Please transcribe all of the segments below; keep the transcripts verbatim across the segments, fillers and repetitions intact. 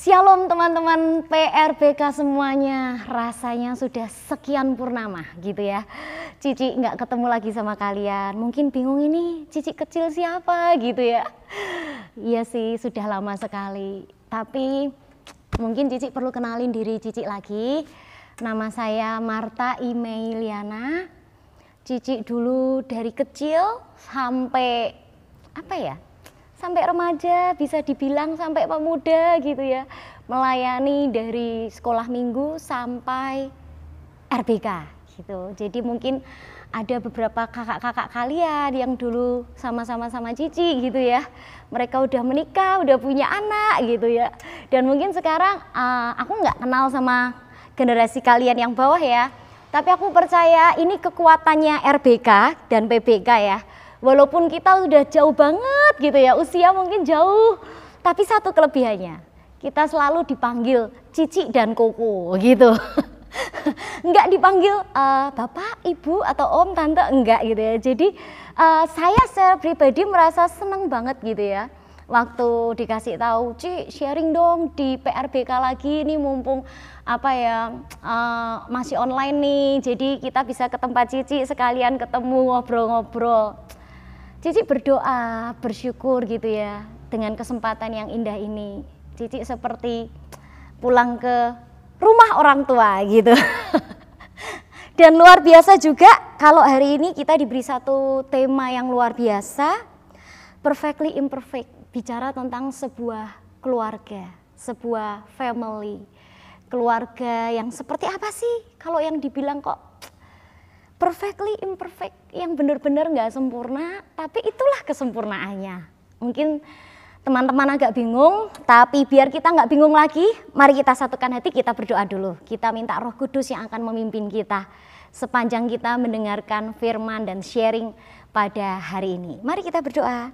Shalom teman-teman P R B K semuanya, rasanya sudah sekian purnama gitu ya. Cici nggak ketemu lagi sama kalian, mungkin bingung ini Cici kecil siapa gitu ya. Iya sih sudah lama sekali, tapi mungkin Cici perlu kenalin diri Cici lagi. Nama saya Marta Imeiliana. Cici dulu dari kecil sampai apa ya? Sampai remaja, bisa dibilang sampai pemuda gitu ya, melayani dari sekolah minggu sampai R B K gitu. Jadi mungkin ada beberapa kakak-kakak kalian yang dulu sama-sama sama Cici gitu ya, mereka udah menikah, udah punya anak gitu ya. Dan mungkin sekarang uh, aku nggak kenal sama generasi kalian yang bawah ya, tapi aku percaya ini kekuatannya R B K dan P B K ya. Walaupun kita udah jauh banget gitu ya, usia mungkin jauh, tapi satu kelebihannya, kita selalu dipanggil Cici dan Koko gitu. Enggak dipanggil uh, Bapak, Ibu, atau Om, Tante, enggak gitu ya. Jadi uh, saya secara pribadi merasa seneng banget gitu ya. Waktu dikasih tahu, Ci sharing dong di P R B K lagi nih mumpung apa ya uh, masih online nih. Jadi kita bisa ke tempat Cici sekalian ketemu ngobrol-ngobrol. Cici berdoa, bersyukur gitu ya dengan kesempatan yang indah ini. Cici seperti pulang ke rumah orang tua gitu. Dan luar biasa juga kalau hari ini kita diberi satu tema yang luar biasa, perfectly imperfect, bicara tentang sebuah keluarga, sebuah family. Keluarga yang seperti apa sih kalau yang dibilang kok perfectly imperfect, yang benar-benar nggak sempurna, tapi itulah kesempurnaannya. Mungkin teman-teman agak bingung, tapi biar kita nggak bingung lagi, mari kita satukan hati, kita berdoa dulu. Kita minta Roh Kudus yang akan memimpin kita sepanjang kita mendengarkan firman dan sharing pada hari ini. Mari kita berdoa.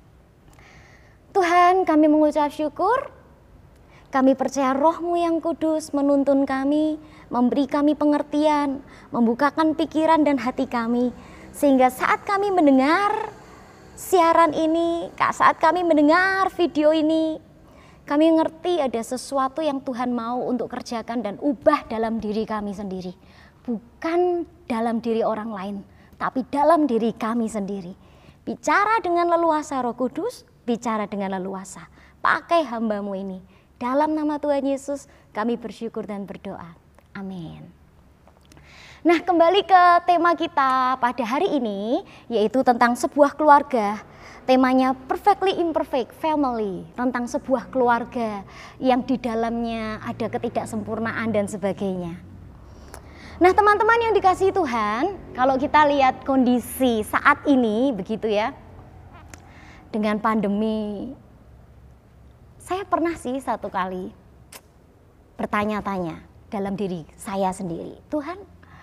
Tuhan, kami mengucap syukur, kami percaya Roh-Mu yang kudus menuntun kami, memberi kami pengertian, membukakan pikiran dan hati kami, sehingga saat kami mendengar siaran ini, saat kami mendengar video ini, kami ngerti ada sesuatu yang Tuhan mau untuk kerjakan dan ubah dalam diri kami sendiri. Bukan dalam diri orang lain, tapi dalam diri kami sendiri. Bicara dengan leluasa Roh Kudus, bicara dengan leluasa. Pakai hamba-Mu ini. Dalam nama Tuhan Yesus kami bersyukur dan berdoa. Amin. Nah, kembali ke tema kita pada hari ini, yaitu tentang sebuah keluarga. Temanya perfectly imperfect family, tentang sebuah keluarga yang di dalamnya ada ketidaksempurnaan dan sebagainya. Nah, teman-teman yang dikasihi Tuhan, kalau kita lihat kondisi saat ini begitu ya, dengan pandemi, saya pernah sih satu kali bertanya-tanya dalam diri saya sendiri, Tuhan,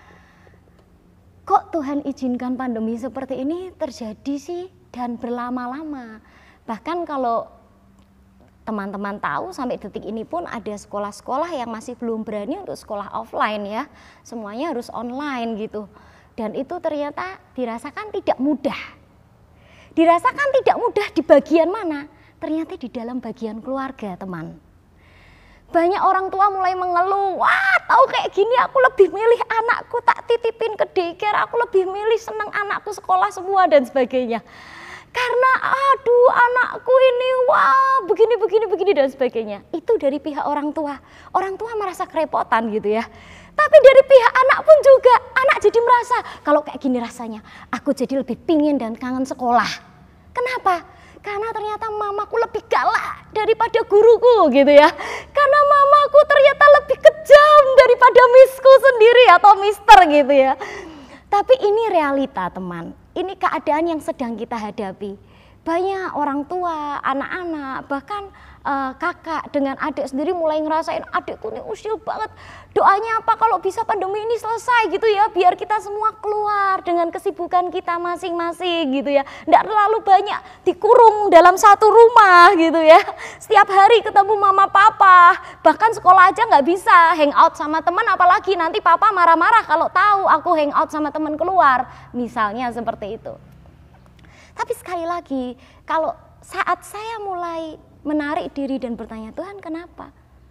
kok Tuhan izinkan pandemi seperti ini terjadi sih dan berlama-lama? Bahkan kalau teman-teman tahu sampai detik ini pun ada sekolah-sekolah yang masih belum berani untuk sekolah offline ya, semuanya harus online gitu. Dan itu ternyata dirasakan tidak mudah. Dirasakan tidak mudah di bagian mana? Ternyata di dalam bagian keluarga, teman. Banyak orang tua mulai mengeluh, wah tahu kayak gini aku lebih milih anakku tak titipin ke daycare, aku lebih milih senang anakku sekolah semua dan sebagainya. Karena aduh anakku ini wah begini begini begini dan sebagainya. Itu dari pihak orang tua. Orang tua merasa kerepotan gitu ya. Tapi dari pihak anak pun juga, anak jadi merasa kalau kayak gini rasanya aku jadi lebih pingin dan kangen sekolah. Kenapa? Karena ternyata mamaku lebih galak daripada guruku gitu ya. Karena mamaku ternyata lebih kejam daripada misku sendiri atau mister gitu ya. Tapi ini realita teman, ini keadaan yang sedang kita hadapi. Banyak orang tua, anak-anak, bahkan uh, kakak dengan adik sendiri mulai ngerasain adikku ini usil banget. Doanya apa kalau bisa pandemi ini selesai gitu ya, biar kita semua keluar dengan kesibukan kita masing-masing gitu ya. Nggak terlalu banyak dikurung dalam satu rumah gitu ya. Setiap hari ketemu mama papa, bahkan sekolah aja nggak bisa hangout sama teman, apalagi nanti papa marah-marah kalau tahu aku hangout sama teman keluar. Misalnya seperti itu. Tapi sekali lagi, kalau saat saya mulai menarik diri dan bertanya, Tuhan kenapa?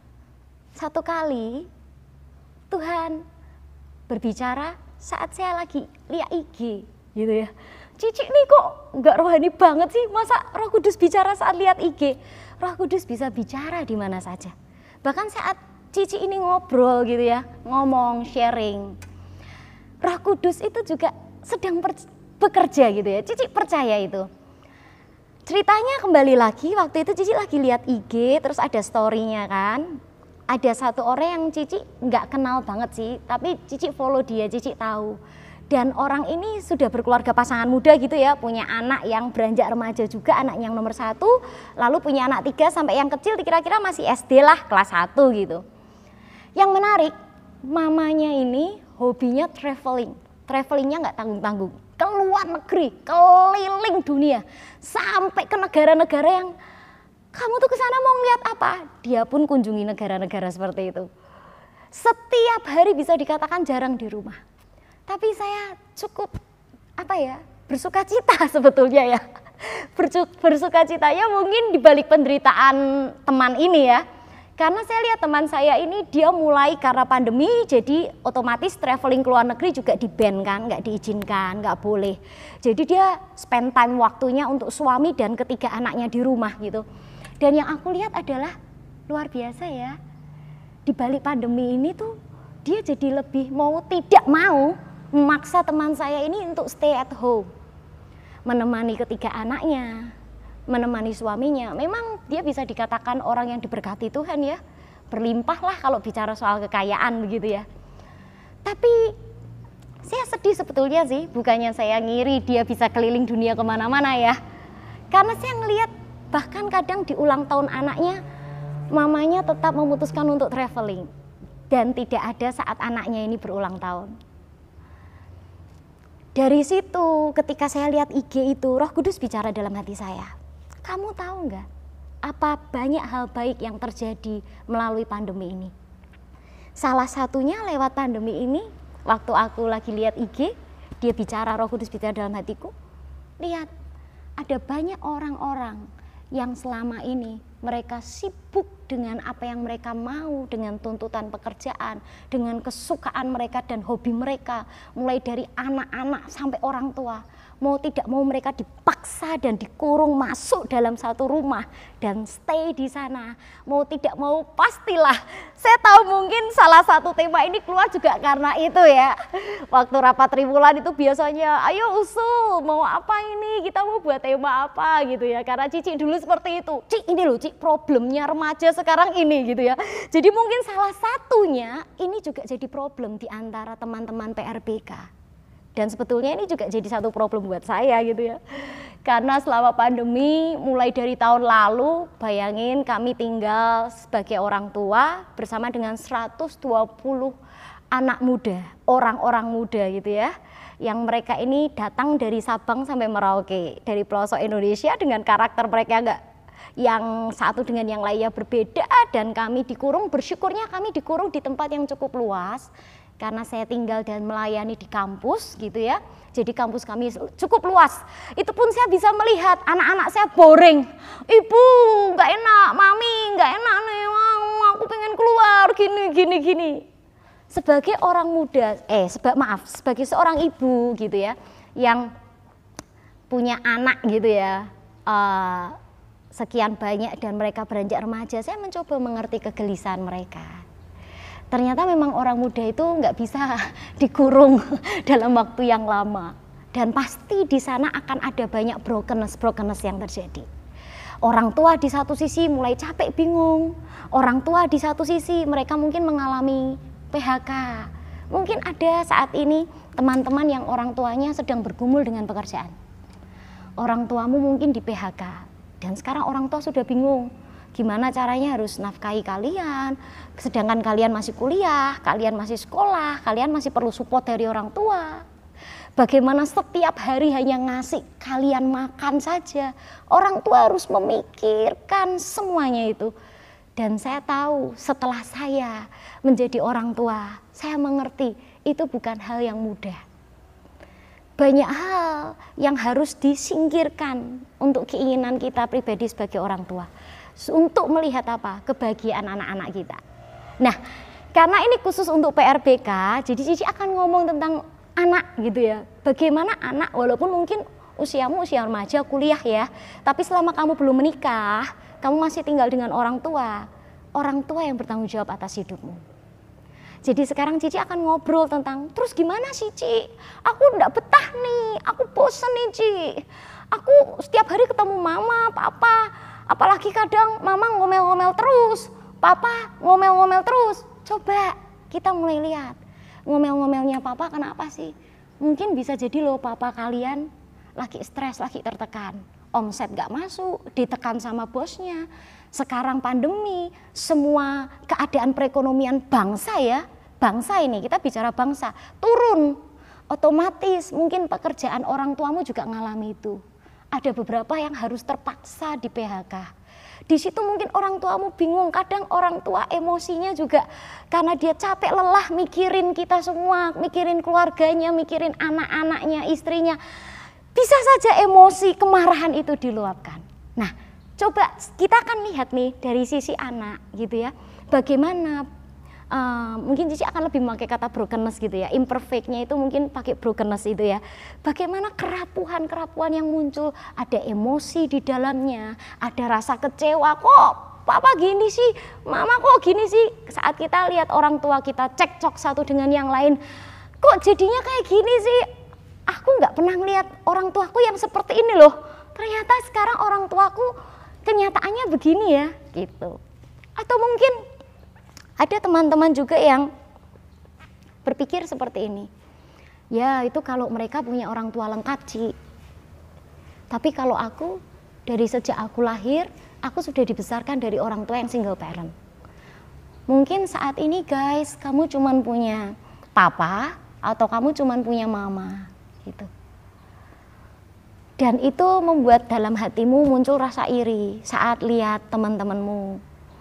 satu kali Tuhan berbicara saat saya lagi lihat I G gitu ya. Cici nih kok nggak rohani banget sih, masa Roh Kudus bicara saat lihat I G? Roh Kudus bisa bicara di mana saja. Bahkan saat Cici ini ngobrol gitu ya, ngomong, sharing. Roh Kudus itu juga sedang bekerja gitu ya, Cici percaya itu. Ceritanya kembali lagi, waktu itu Cici lagi lihat I G, terus ada story-nya kan. Ada satu orang yang Cici nggak kenal banget sih, tapi Cici follow dia, Cici tahu. Dan orang ini sudah berkeluarga, pasangan muda gitu ya, punya anak yang beranjak remaja juga, anak yang nomor satu, lalu punya anak tiga sampai yang kecil kira-kira masih S D lah, kelas satu gitu. Yang menarik, mamanya ini hobinya traveling, travelingnya nggak tanggung-tanggung, ke luar negeri, keliling dunia, sampai ke negara-negara yang kamu tuh kesana mau ngeliat apa? Dia pun kunjungi negara-negara seperti itu. Setiap hari bisa dikatakan jarang di rumah. Tapi saya cukup apa ya, bersuka cita sebetulnya ya. Bersuka citanya mungkin di balik penderitaan teman ini ya. Karena saya lihat teman saya ini dia mulai karena pandemi, jadi otomatis traveling ke luar negeri juga di-ban kan, nggak diizinkan, nggak boleh. Jadi dia spend time waktunya untuk suami dan ketiga anaknya di rumah gitu. Dan yang aku lihat adalah luar biasa ya. Di balik pandemi ini tuh dia jadi lebih mau tidak mau memaksa teman saya ini untuk stay at home, menemani ketiga anaknya, menemani suaminya. Memang dia bisa dikatakan orang yang diberkati Tuhan ya, berlimpah lah kalau bicara soal kekayaan begitu ya. Tapi saya sedih sebetulnya sih, bukannya saya ngiri dia bisa keliling dunia kemana-mana ya. Karena saya ngelihat bahkan kadang di ulang tahun anaknya, mamanya tetap memutuskan untuk traveling. Dan tidak ada saat anaknya ini berulang tahun. Dari situ ketika saya lihat I G itu, Roh Kudus bicara dalam hati saya. Kamu tahu nggak apa banyak hal baik yang terjadi melalui pandemi ini? Salah satunya lewat pandemi ini, waktu aku lagi lihat I G, dia bicara, Roh Kudus bicara dalam hatiku. Lihat, ada banyak orang-orang yang selama ini mereka sibuk dengan apa yang mereka mau, dengan tuntutan pekerjaan, dengan kesukaan mereka dan hobi mereka, mulai dari anak-anak sampai orang tua. Mau tidak mau mereka dipaksa dan dikurung masuk dalam satu rumah dan stay di sana. Mau tidak mau pastilah. Saya tahu mungkin salah satu tema ini keluar juga karena itu ya. Waktu rapat triwulan itu biasanya, ayo usul mau apa ini, kita mau buat tema apa gitu ya. Karena Cici dulu seperti itu. Cik ini loh Cik, problemnya remaja sekarang ini gitu ya. Jadi mungkin salah satunya ini juga jadi problem di antara teman-teman P R B K. Dan sebetulnya ini juga jadi satu problem buat saya gitu ya. Karena selama pandemi mulai dari tahun lalu, bayangin kami tinggal sebagai orang tua bersama dengan seratus dua puluh anak muda, orang-orang muda gitu ya. Yang mereka ini datang dari Sabang sampai Merauke, dari pelosok Indonesia dengan karakter mereka enggak yang satu dengan yang lainnya berbeda, dan kami dikurung, bersyukurnya kami dikurung di tempat yang cukup luas. Karena saya tinggal dan melayani di kampus gitu ya. Jadi kampus kami cukup luas. Itu pun saya bisa melihat anak-anak saya boring. Ibu nggak enak, mami nggak enak nih, aku pengen keluar gini gini gini. Sebagai orang muda, eh seba, maaf, sebagai seorang ibu gitu ya, yang punya anak gitu ya, uh, sekian banyak dan mereka beranjak remaja, saya mencoba mengerti kegelisahan mereka. Ternyata memang orang muda itu nggak bisa dikurung dalam waktu yang lama. Dan pasti di sana akan ada banyak brokenness-brokenness yang terjadi. Orang tua di satu sisi mulai capek bingung. Orang tua di satu sisi mereka mungkin mengalami P H K. Mungkin ada saat ini teman-teman yang orang tuanya sedang bergumul dengan pekerjaan. Orang tuamu mungkin di P H K. Dan sekarang orang tua sudah bingung. Gimana caranya harus nafkahi kalian, sedangkan kalian masih kuliah, kalian masih sekolah, kalian masih perlu support dari orang tua. Bagaimana setiap hari hanya ngasih kalian makan saja, orang tua harus memikirkan semuanya itu. Dan saya tahu setelah saya menjadi orang tua, saya mengerti itu bukan hal yang mudah. Banyak hal yang harus disingkirkan untuk keinginan kita pribadi sebagai orang tua. Untuk melihat apa? Kebahagiaan anak-anak kita. Nah, karena ini khusus untuk P R B K, jadi Cici akan ngomong tentang anak gitu ya. Bagaimana anak walaupun mungkin usiamu usia remaja, kuliah ya, tapi selama kamu belum menikah, kamu masih tinggal dengan orang tua, orang tua yang bertanggung jawab atas hidupmu. Jadi sekarang Cici akan ngobrol tentang, terus gimana sih Ci? Aku enggak betah nih, aku bosen nih Ci. Aku setiap hari ketemu mama, papa, apalagi kadang mama ngomel-ngomel terus, papa ngomel-ngomel terus. Coba kita mulai lihat, ngomel-ngomelnya papa kenapa sih? Mungkin bisa jadi loh papa kalian lagi stres, lagi tertekan, omset gak masuk, ditekan sama bosnya. Sekarang pandemi, semua keadaan perekonomian bangsa ya, bangsa ini kita bicara bangsa, turun. Otomatis mungkin pekerjaan orang tuamu juga ngalami itu. Ada beberapa yang harus terpaksa di P H K. Di situ mungkin orang tuamu bingung, kadang orang tua emosinya juga karena dia capek lelah mikirin kita semua, mikirin keluarganya, mikirin anak-anaknya, istrinya. Bisa saja emosi kemarahan itu diluapkan. Nah, coba kita akan lihat nih dari sisi anak gitu ya. Bagaimana uh, mungkin Cici akan lebih memakai kata brokenness gitu ya. Imperfectnya itu mungkin pakai brokenness itu ya. Bagaimana kerapuhan-kerapuhan yang muncul, ada emosi di dalamnya, ada rasa kecewa, kok papa gini sih, mama kok gini sih. Saat kita lihat orang tua kita cekcok satu dengan yang lain, kok jadinya kayak gini sih. Aku nggak pernah ngeliat orang tuaku yang seperti ini loh. Ternyata sekarang orang tuaku kenyataannya begini ya, gitu. Atau mungkin ada teman-teman juga yang berpikir seperti ini. Ya itu kalau mereka punya orang tua lengkap Ci. Tapi kalau aku dari sejak aku lahir, aku sudah dibesarkan dari orang tua yang single parent. Mungkin saat ini guys, kamu cuman punya papa atau kamu cuman punya mama. Gitu. Dan itu membuat dalam hatimu muncul rasa iri saat lihat teman-temanmu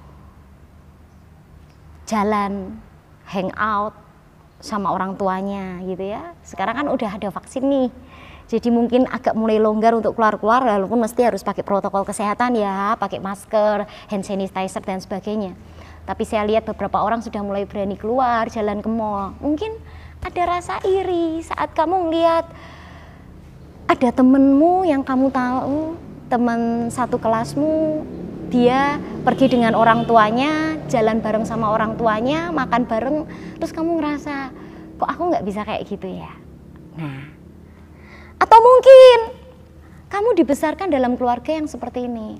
jalan hangout sama orang tuanya gitu ya. Sekarang kan udah ada vaksin nih, jadi mungkin agak mulai longgar untuk keluar-keluar, walaupun mesti harus pakai protokol kesehatan ya, pakai masker, hand sanitizer dan sebagainya. Tapi saya lihat beberapa orang sudah mulai berani keluar, jalan ke mall. Mungkin ada rasa iri saat kamu ngeliat ada temenmu yang kamu tahu, teman satu kelasmu, dia pergi dengan orang tuanya, jalan bareng sama orang tuanya, makan bareng, terus kamu ngerasa, kok aku nggak bisa kayak gitu ya? Nah, atau mungkin kamu dibesarkan dalam keluarga yang seperti ini.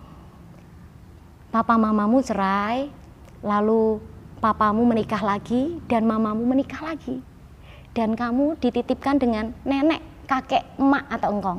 Papa mamamu cerai, lalu papamu menikah lagi dan mamamu menikah lagi. Dan kamu dititipkan dengan nenek, kakek, emak atau engkong.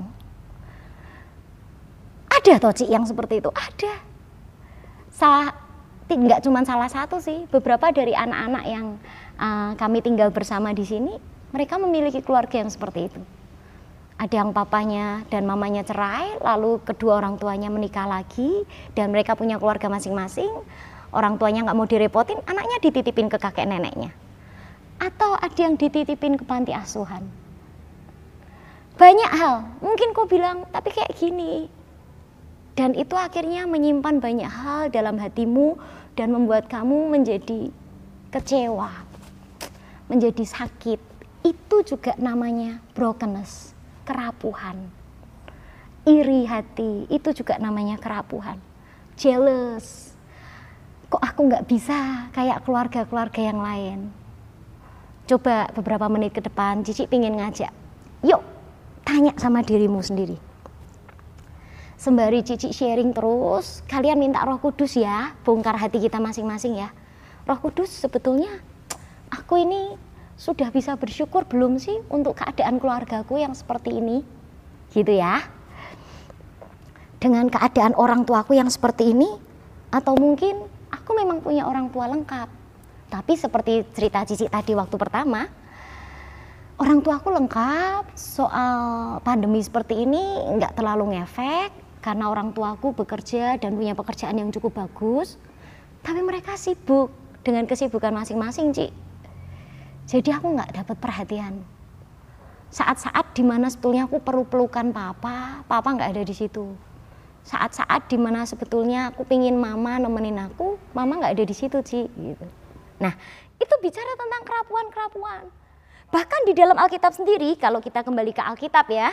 Ada toh Cik yang seperti itu? Ada. Salah, nggak cuma salah satu sih, beberapa dari anak-anak yang uh, kami tinggal bersama di sini, mereka memiliki keluarga yang seperti itu. Ada yang papanya dan mamanya cerai, lalu kedua orang tuanya menikah lagi, dan mereka punya keluarga masing-masing. Orang tuanya nggak mau direpotin, anaknya dititipin ke kakek neneknya. Atau ada yang dititipin ke panti asuhan. Banyak hal, mungkin kau bilang, tapi kayak gini. Dan itu akhirnya menyimpan banyak hal dalam hatimu dan membuat kamu menjadi kecewa, menjadi sakit. Itu juga namanya brokenness, kerapuhan. Iri hati, itu juga namanya kerapuhan. Jealous, kok aku nggak bisa kayak keluarga-keluarga yang lain. Coba beberapa menit ke depan, Cici pingin ngajak, yuk tanya sama dirimu sendiri. Sembari Cici sharing terus, kalian minta Roh Kudus ya, bongkar hati kita masing-masing ya. Roh Kudus, sebetulnya aku ini sudah bisa bersyukur belum sih untuk keadaan keluargaku yang seperti ini? Gitu ya. Dengan keadaan orang tuaku yang seperti ini, atau mungkin aku memang punya orang tua lengkap. Tapi seperti cerita Cici tadi waktu pertama, orang tuaku lengkap, soal pandemi seperti ini nggak terlalu ngefek karena orang tuaku bekerja dan punya pekerjaan yang cukup bagus. Tapi mereka sibuk dengan kesibukan masing-masing, Ci. Jadi aku nggak dapat perhatian. Saat-saat dimana sebetulnya aku perlu pelukan papa, papa nggak ada di situ. Saat-saat dimana sebetulnya aku pingin mama nemenin aku, mama nggak ada di situ, Ci. Gitu. Nah, itu bicara tentang kerapuan-kerapuan. Bahkan di dalam Alkitab sendiri, kalau kita kembali ke Alkitab ya,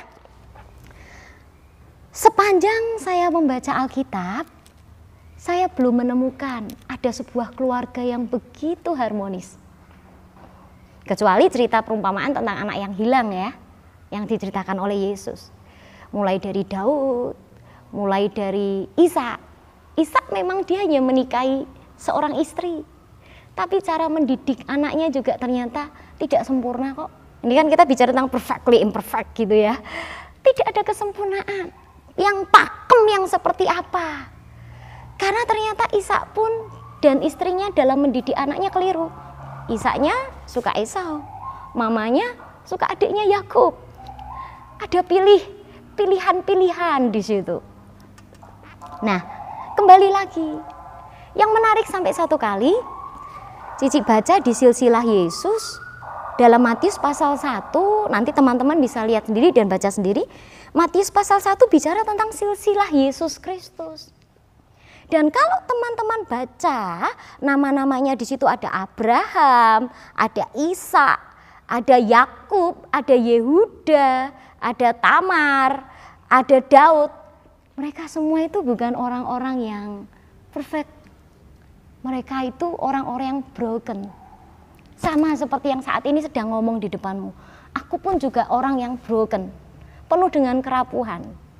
sepanjang saya membaca Alkitab, saya belum menemukan ada sebuah keluarga yang begitu harmonis. Kecuali cerita perumpamaan tentang anak yang hilang ya, yang diceritakan oleh Yesus. Mulai dari Daud, mulai dari Ishak. Ishak memang dia hanya menikahi seorang istri. Tapi cara mendidik anaknya juga ternyata tidak sempurna kok. Ini kan kita bicara tentang perfectly imperfect gitu ya. Tidak ada kesempurnaan. Yang pakem yang seperti apa. Karena ternyata Ishak pun dan istrinya dalam mendidik anaknya keliru. Ishaknya suka Esau, mamanya suka adiknya Yakub. Ada pilih pilihan-pilihan di situ. Nah, kembali lagi. Yang menarik sampai satu kali, Cici baca di silsilah Yesus dalam Matius pasal satu, nanti teman-teman bisa lihat sendiri dan baca sendiri. Matius pasal satu bicara tentang silsilah Yesus Kristus. Dan kalau teman-teman baca nama-namanya di situ ada Abraham, ada Ishak, ada Yakub, ada Yehuda, ada Tamar, ada Daud. Mereka semua itu bukan orang-orang yang perfect. Mereka itu orang-orang yang broken. Sama seperti yang saat ini sedang ngomong di depanmu. Aku pun juga orang yang broken, penuh dengan kerapuhan.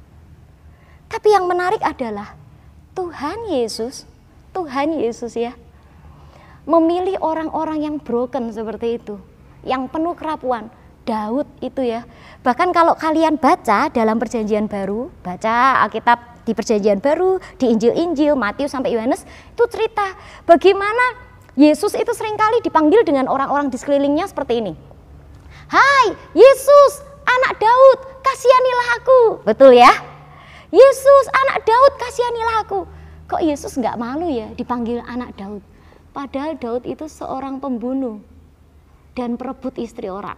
Tapi yang menarik adalah Tuhan Yesus, Tuhan Yesus ya, memilih orang-orang yang broken seperti itu, yang penuh kerapuan. Daud itu ya, bahkan kalau kalian baca dalam perjanjian baru, baca Alkitab di perjanjian baru, di Injil-Injil, Matius sampai Yohanes, itu cerita bagaimana Yesus itu seringkali dipanggil dengan orang-orang di sekelilingnya seperti ini. Hai Yesus, anak Daud, kasihanilah aku. Betul ya? Yesus, anak Daud, kasihanilah aku. Kok Yesus nggak malu ya dipanggil anak Daud? Padahal Daud itu seorang pembunuh dan perebut istri orang.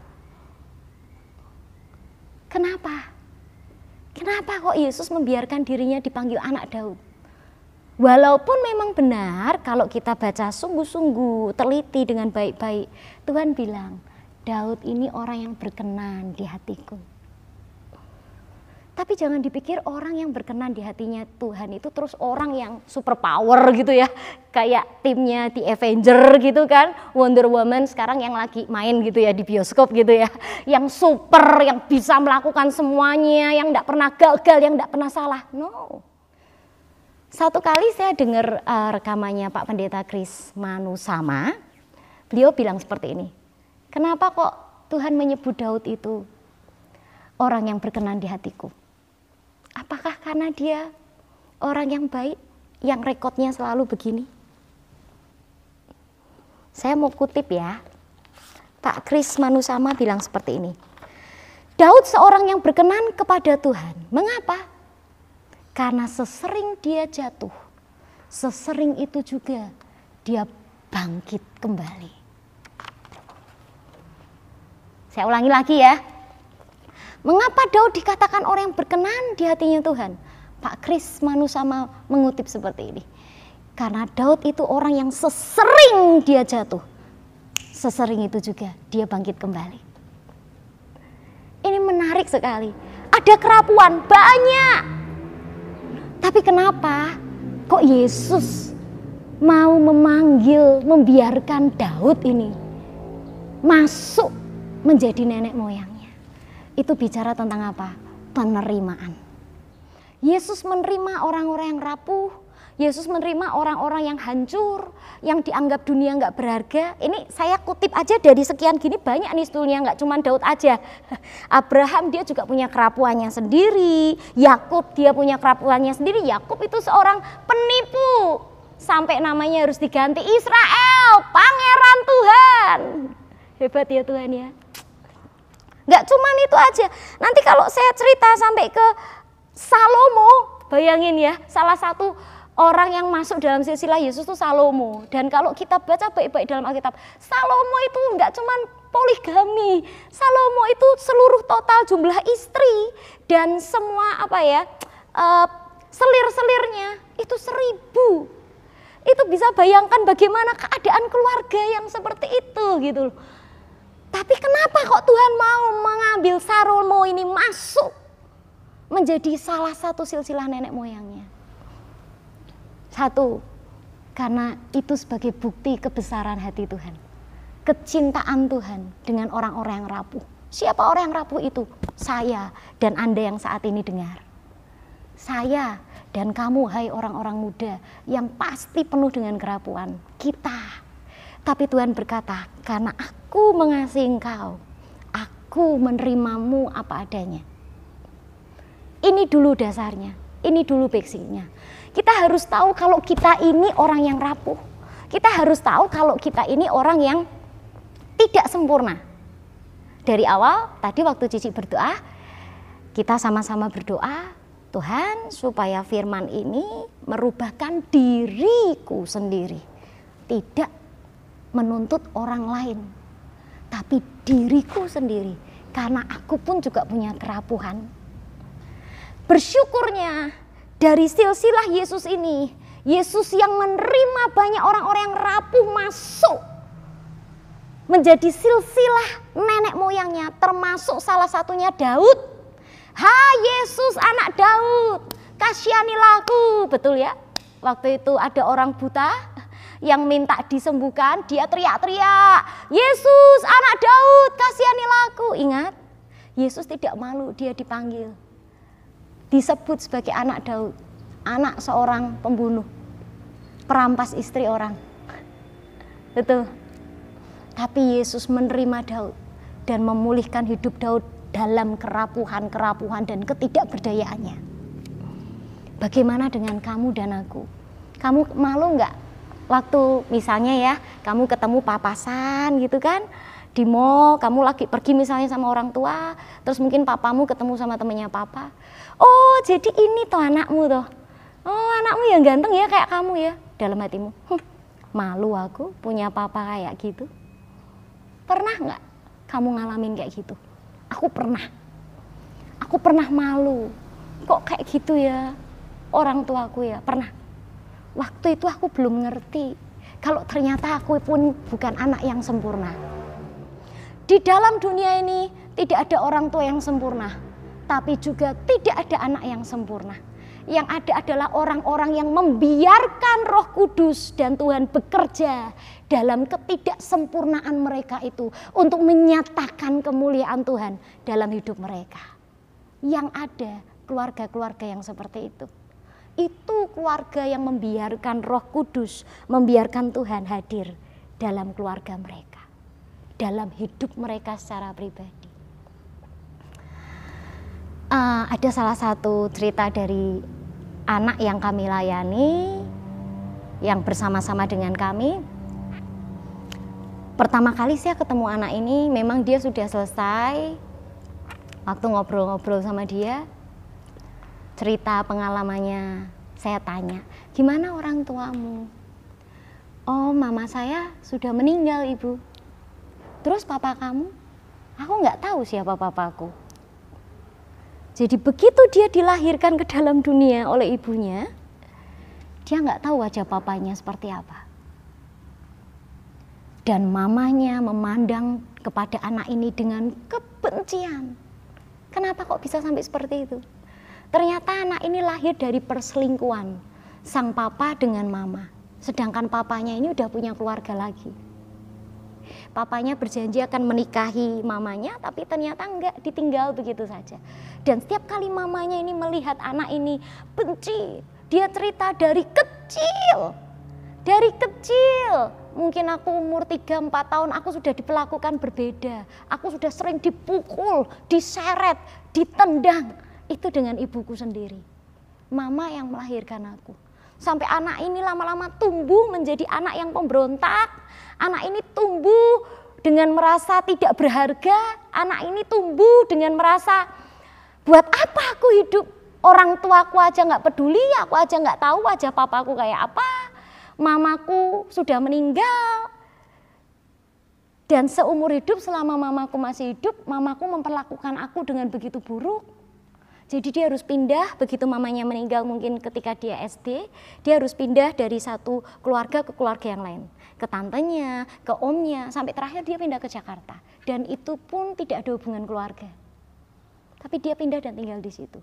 Kenapa? Kenapa kok Yesus membiarkan dirinya dipanggil anak Daud? Walaupun memang benar kalau kita baca sungguh-sungguh, teliti dengan baik-baik, Tuhan bilang, Daud ini orang yang berkenan di hatiku. Tapi jangan dipikir orang yang berkenan di hatinya Tuhan itu terus orang yang super power gitu ya. Kayak timnya di Avenger gitu kan. Wonder Woman sekarang yang lagi main gitu ya di bioskop gitu ya. Yang super, yang bisa melakukan semuanya, yang gak pernah gagal, yang gak pernah salah. No. Satu kali saya dengar uh, rekamannya Pak Pendeta Kris Manusama. Beliau bilang seperti ini. Kenapa kok Tuhan menyebut Daud itu orang yang berkenan di hatiku? Apakah karena dia orang yang baik, yang rekodnya selalu begini? Saya mau kutip ya, Pak Kris Manusama bilang seperti ini. Daud seorang yang berkenan kepada Tuhan. Mengapa? Karena sesering dia jatuh, sesering itu juga dia bangkit kembali. Saya ulangi lagi ya. Mengapa Daud dikatakan orang yang berkenan di hatinya Tuhan? Pak Kris Manusama mengutip seperti ini. Karena Daud itu orang yang sesering dia jatuh, sesering itu juga dia bangkit kembali. Ini menarik sekali. Ada kerapuan banyak. Tapi kenapa kok Yesus mau memanggil, membiarkan Daud ini masuk menjadi nenek moyangnya? Itu bicara tentang apa? Penerimaan. Yesus menerima orang-orang yang rapuh. Yesus menerima orang-orang yang hancur, yang dianggap dunia nggak berharga. Ini saya kutip aja dari sekian gini, banyak nih stulnya, nggak cuma Daud aja. Abraham dia juga punya kerapuannya sendiri. Yakub dia punya kerapuannya sendiri. Yakub itu seorang penipu. Sampai namanya harus diganti Israel, Pangeran Tuhan. Hebat ya Tuhan ya. Gak cuman itu aja, nanti kalau saya cerita sampai ke Salomo, bayangin ya, salah satu orang yang masuk dalam silsilah Yesus itu Salomo. Dan kalau kita baca baik-baik dalam Alkitab, Salomo itu gak cuman poligami, Salomo itu seluruh total jumlah istri dan semua apa ya, uh, selir-selirnya itu seribu. Itu bisa bayangkan bagaimana keadaan keluarga yang seperti itu gitu loh. Tapi kenapa kok Tuhan mau mengambil Salomo ini masuk menjadi salah satu silsilah nenek moyangnya? Satu, karena itu sebagai bukti kebesaran hati Tuhan. Kecintaan Tuhan dengan orang-orang yang rapuh. Siapa orang yang rapuh itu? Saya dan Anda yang saat ini dengar. Saya dan kamu, hai orang-orang muda yang pasti penuh dengan kerapuhan. Kita. Tapi Tuhan berkata, karena aku mengasihi engkau, aku menerimamu apa adanya. Ini dulu dasarnya, ini dulu basicnya. Kita harus tahu kalau kita ini orang yang rapuh. Kita harus tahu kalau kita ini orang yang tidak sempurna. Dari awal, tadi waktu Cici berdoa, kita sama-sama berdoa, Tuhan supaya firman ini merubahkan diriku sendiri. Tidak menuntut orang lain, tapi diriku sendiri. Karena aku pun juga punya kerapuhan. Bersyukurnya dari silsilah Yesus ini, Yesus yang menerima banyak orang-orang yang rapuh masuk menjadi silsilah nenek moyangnya, termasuk salah satunya Daud. Hai Yesus anak Daud, kasihanilah aku. Betul ya? Waktu itu ada orang buta yang minta disembuhkan, dia teriak-teriak, Yesus anak Daud, kasihanilah aku. Ingat, Yesus tidak malu, dia dipanggil. Disebut sebagai anak Daud, anak seorang pembunuh, perampas istri orang. Betul. Tapi Yesus menerima Daud dan memulihkan hidup Daud dalam kerapuhan-kerapuhan dan ketidakberdayaannya. Bagaimana dengan kamu dan aku? Kamu malu nggak waktu misalnya ya, kamu ketemu papasan gitu kan, di mall, kamu lagi pergi misalnya sama orang tua, terus mungkin papamu ketemu sama temennya papa. Oh jadi ini toh anakmu toh, oh anakmu yang ganteng ya kayak kamu ya. Dalam hatimu, hm, malu aku punya papa kayak gitu. Pernah nggak kamu ngalamin kayak gitu? Aku pernah, aku pernah malu, kok kayak gitu ya orang tuaku ya, pernah. Waktu itu aku belum ngerti kalau ternyata aku pun bukan anak yang sempurna. Di dalam dunia ini tidak ada orang tua yang sempurna, tapi juga tidak ada anak yang sempurna. Yang ada adalah orang-orang yang membiarkan Roh Kudus dan Tuhan bekerja dalam ketidaksempurnaan mereka itu untuk menyatakan kemuliaan Tuhan dalam hidup mereka. Yang ada keluarga-keluarga yang seperti itu. Itu keluarga yang membiarkan Roh Kudus, membiarkan Tuhan hadir dalam keluarga mereka, dalam hidup mereka secara pribadi. Uh, ada salah satu cerita dari anak yang kami layani, yang bersama-sama dengan kami. Pertama kali saya ketemu anak ini, memang dia sudah selesai. Waktu ngobrol-ngobrol sama dia, cerita pengalamannya, saya tanya, gimana orang tuamu? Oh mama saya sudah meninggal ibu. Terus papa kamu? Aku nggak tahu siapa papaku. Jadi begitu dia dilahirkan ke dalam dunia oleh ibunya, dia nggak tahu wajah papanya seperti apa. Dan mamanya memandang kepada anak ini dengan kebencian. Kenapa kok bisa sampai seperti itu? Ternyata anak ini lahir dari perselingkuhan sang papa dengan mama. Sedangkan papanya ini udah punya keluarga lagi. Papanya berjanji akan menikahi mamanya, tapi ternyata enggak, ditinggal begitu saja. Dan setiap kali mamanya ini melihat anak ini benci, dia cerita dari kecil. Dari kecil, mungkin aku umur tiga empat tahun, aku sudah diperlakukan berbeda. Aku sudah sering dipukul, diseret, ditendang. Itu dengan ibuku sendiri. Mama yang melahirkan aku. Sampai anak ini lama-lama tumbuh menjadi anak yang pemberontak. Anak ini tumbuh dengan merasa tidak berharga. Anak ini tumbuh dengan merasa, buat apa aku hidup? Orang tuaku aja gak peduli, aku aja gak tahu wajah papaku kayak apa. Mamaku sudah meninggal. Dan seumur hidup selama mamaku masih hidup, mamaku memperlakukan aku dengan begitu buruk. Jadi dia harus pindah, begitu mamanya meninggal mungkin ketika dia S D, dia harus pindah dari satu keluarga ke keluarga yang lain. Ke tantenya, ke omnya, sampai terakhir dia pindah ke Jakarta. Dan itu pun tidak ada hubungan keluarga. Tapi dia pindah dan tinggal di situ.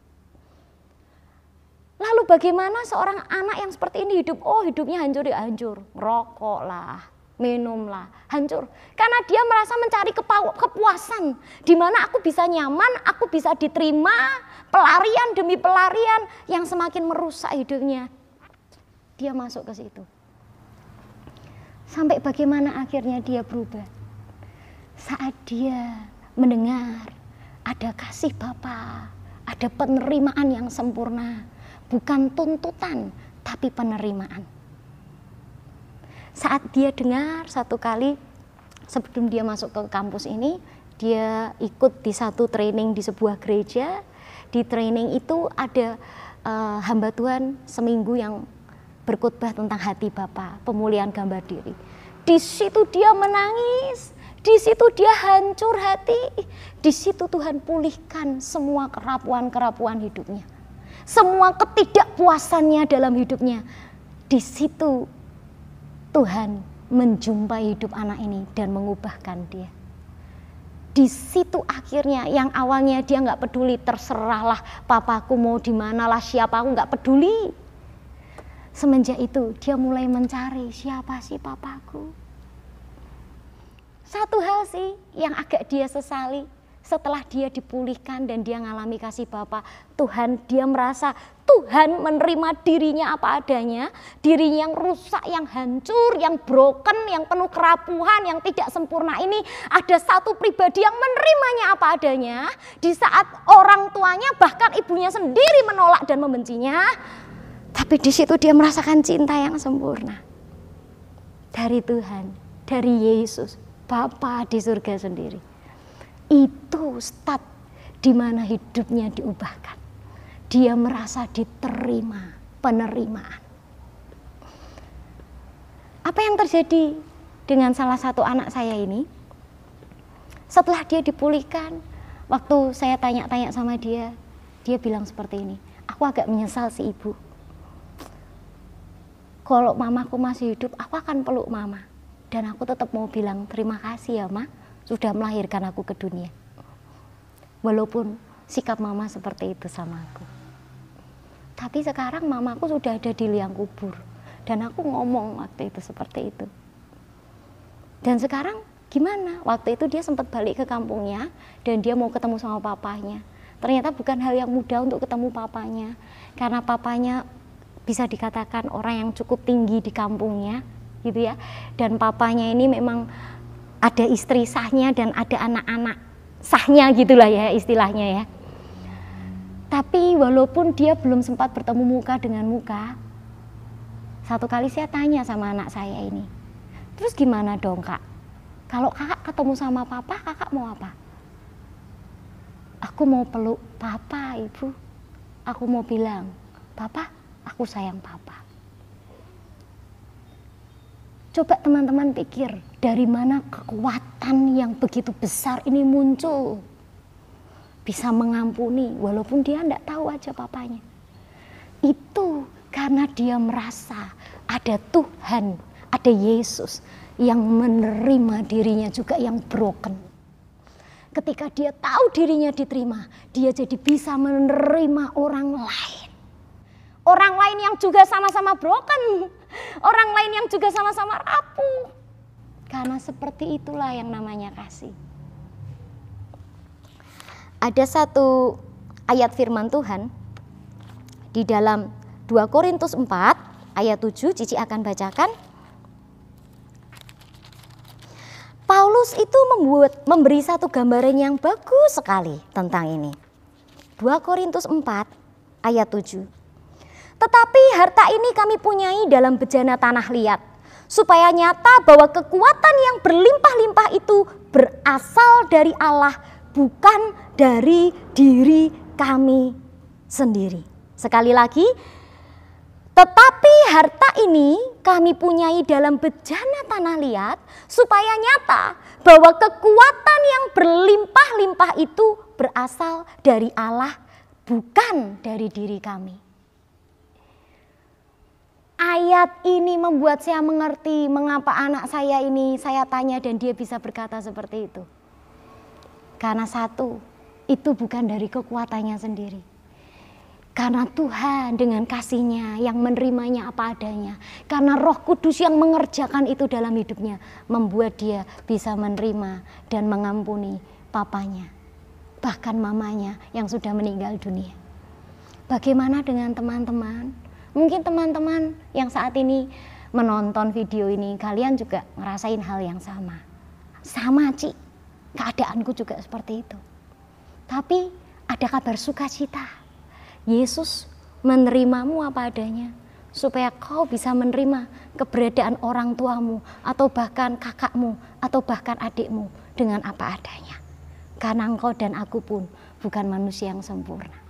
Lalu bagaimana seorang anak yang seperti ini hidup? Oh, hidupnya hancur ya hancur. Ngerokok lah, minum lah, hancur. Karena dia merasa mencari kepuasan. Di mana aku bisa nyaman, aku bisa diterima, pelarian demi pelarian yang semakin merusak hidupnya. Dia masuk ke situ. Sampai bagaimana akhirnya dia berubah. Saat dia mendengar ada kasih Bapa, ada penerimaan yang sempurna. Bukan tuntutan, tapi penerimaan. Saat dia dengar satu kali, sebelum dia masuk ke kampus ini, dia ikut di satu training di sebuah gereja. Di training itu ada uh, hamba Tuhan seminggu yang berkhotbah tentang hati Bapa, pemulihan gambar diri. Di situ dia menangis, di situ dia hancur hati, di situ Tuhan pulihkan semua kerapuan-kerapuan hidupnya. Semua ketidakpuasannya dalam hidupnya. Di situ Tuhan menjumpai hidup anak ini dan mengubahkan dia. Di situ akhirnya yang awalnya dia nggak peduli, terserahlah papaku mau di mana lah, siapa aku nggak peduli. Semenjak itu dia mulai mencari siapa sih papaku. Satu hal sih yang agak dia sesali. Setelah dia dipulihkan dan dia ngalami kasih Bapa, Tuhan, dia merasa Tuhan menerima dirinya apa adanya, dirinya yang rusak, yang hancur, yang broken, yang penuh kerapuhan, yang tidak sempurna ini, ada satu pribadi yang menerimanya apa adanya, di saat orang tuanya bahkan ibunya sendiri menolak dan membencinya, tapi di situ dia merasakan cinta yang sempurna dari Tuhan, dari Yesus, Bapa di surga sendiri. Itu start di mana hidupnya diubahkan. Dia merasa diterima, penerimaan. Apa yang terjadi dengan salah satu anak saya ini? Setelah dia dipulihkan, waktu saya tanya-tanya sama dia, dia bilang seperti ini, aku agak menyesal si ibu. Kalau mamaku masih hidup, aku akan peluk mama. Dan aku tetap mau bilang terima kasih ya Ma, sudah melahirkan aku ke dunia. Walaupun sikap mama seperti itu sama aku. Tapi sekarang mamaku sudah ada di liang kubur. Dan aku ngomong waktu itu seperti itu. Dan sekarang gimana? Waktu itu dia sempat balik ke kampungnya. Dan dia mau ketemu sama papanya. Ternyata bukan hal yang mudah untuk ketemu papanya. Karena papanya bisa dikatakan orang yang cukup tinggi di kampungnya. Gitu ya. Dan papanya ini memang ada istri sahnya dan ada anak-anak sahnya gitulah ya istilahnya ya. Tapi walaupun dia belum sempat bertemu muka dengan muka, satu kali saya tanya sama anak saya ini, terus gimana dong Kak? Kalau kakak ketemu sama papa, kakak mau apa? Aku mau peluk papa ibu. Aku mau bilang, papa aku sayang papa. Coba teman-teman pikir, dari mana kekuatan yang begitu besar ini muncul. Bisa mengampuni, walaupun dia tidak tahu aja papanya. Itu karena dia merasa ada Tuhan, ada Yesus yang menerima dirinya juga yang broken. Ketika dia tahu dirinya diterima, dia jadi bisa menerima orang lain. Orang lain yang juga sama-sama broken. Orang lain yang juga sama-sama rapuh. Karena seperti itulah yang namanya kasih. Ada satu ayat firman Tuhan di dalam dua Korintus empat ayat tujuh, Cici akan bacakan. Paulus itu membuat memberi satu gambaran yang bagus sekali tentang ini. dua Korintus empat ayat tujuh. Tetapi harta ini kami punyai dalam bejana tanah liat, supaya nyata bahwa kekuatan yang berlimpah-limpah itu berasal dari Allah, bukan dari diri kami sendiri. Sekali lagi, tetapi harta ini kami punyai dalam bejana tanah liat, supaya nyata bahwa kekuatan yang berlimpah-limpah itu berasal dari Allah, bukan dari diri kami. Ayat ini membuat saya mengerti mengapa anak saya ini saya tanya dan dia bisa berkata seperti itu. Karena satu, itu bukan dari kekuatannya sendiri. Karena Tuhan dengan kasih-Nya yang menerimanya apa adanya. Karena Roh Kudus yang mengerjakan itu dalam hidupnya. Membuat dia bisa menerima dan mengampuni papanya. Bahkan mamanya yang sudah meninggal dunia. Bagaimana dengan teman-teman? Mungkin teman-teman yang saat ini menonton video ini, kalian juga ngerasain hal yang sama. Sama, Ci, keadaanku juga seperti itu. Tapi ada kabar sukacita. Yesus menerimamu apa adanya, supaya kau bisa menerima keberadaan orang tuamu, atau bahkan kakakmu, atau bahkan adikmu dengan apa adanya. Karena engkau dan aku pun bukan manusia yang sempurna.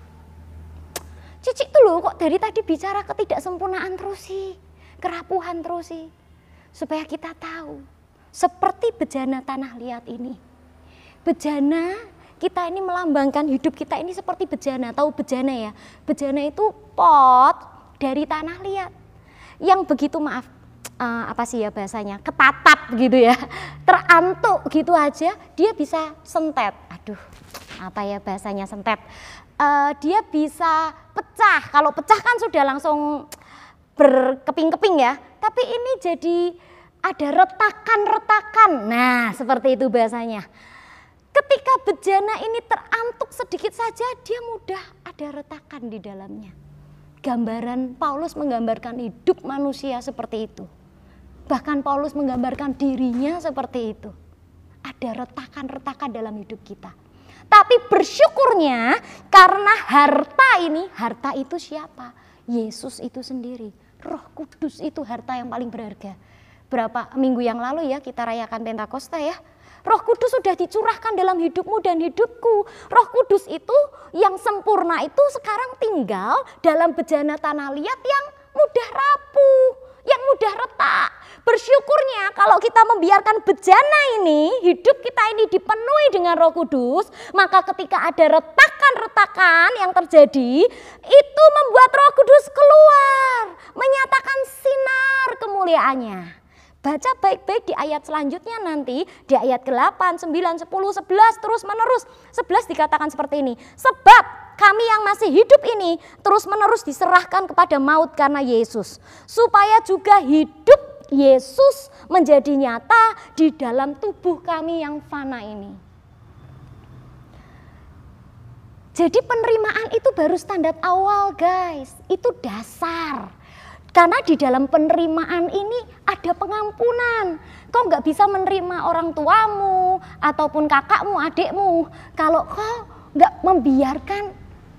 Cici tuh loh kok dari tadi bicara ketidaksempurnaan terus sih, kerapuhan terus sih. Supaya kita tahu, seperti bejana tanah liat ini. Bejana, kita ini melambangkan hidup kita ini seperti bejana. Tahu bejana ya? Bejana itu pot dari tanah liat. Yang begitu maaf, uh, apa sih ya bahasanya, ketatap gitu ya. Terantuk gitu aja, dia bisa sentet. Aduh, apa ya bahasanya sentet. Uh, dia bisa pecah. Kalau pecah kan sudah langsung berkeping-keping ya. Tapi ini jadi ada retakan-retakan. Nah, seperti itu bahasanya. Ketika bejana ini terantuk sedikit saja, dia mudah ada retakan di dalamnya. Gambaran Paulus menggambarkan hidup manusia seperti itu. Bahkan Paulus menggambarkan dirinya seperti itu. Ada retakan-retakan dalam hidup kita. Tapi bersyukurnya karena harta ini, harta itu siapa? Yesus itu sendiri. Roh Kudus itu harta yang paling berharga. Berapa minggu yang lalu ya kita rayakan Pentakosta ya. Roh Kudus sudah dicurahkan dalam hidupmu dan hidupku. Roh Kudus itu yang sempurna itu sekarang tinggal dalam bejana tanah liat yang mudah rapuh, yang mudah retak. Bersyukurnya kalau kita membiarkan bejana ini, hidup kita ini dipenuhi dengan Roh Kudus, maka ketika ada retakan-retakan yang terjadi, itu membuat Roh Kudus keluar, menyatakan sinar kemuliaannya. Baca baik-baik di ayat selanjutnya nanti, di ayat delapan, sembilan, sepuluh, sebelas, terus menerus. sebelas dikatakan seperti ini, sebab kami yang masih hidup ini terus menerus diserahkan kepada maut karena Yesus, supaya juga hidup Yesus menjadi nyata di dalam tubuh kami yang fana ini. Jadi penerimaan itu baru standar awal guys, itu dasar. Karena di dalam penerimaan ini ada pengampunan. Kau nggak bisa menerima orang tuamu ataupun kakakmu, adikmu kalau kau nggak membiarkan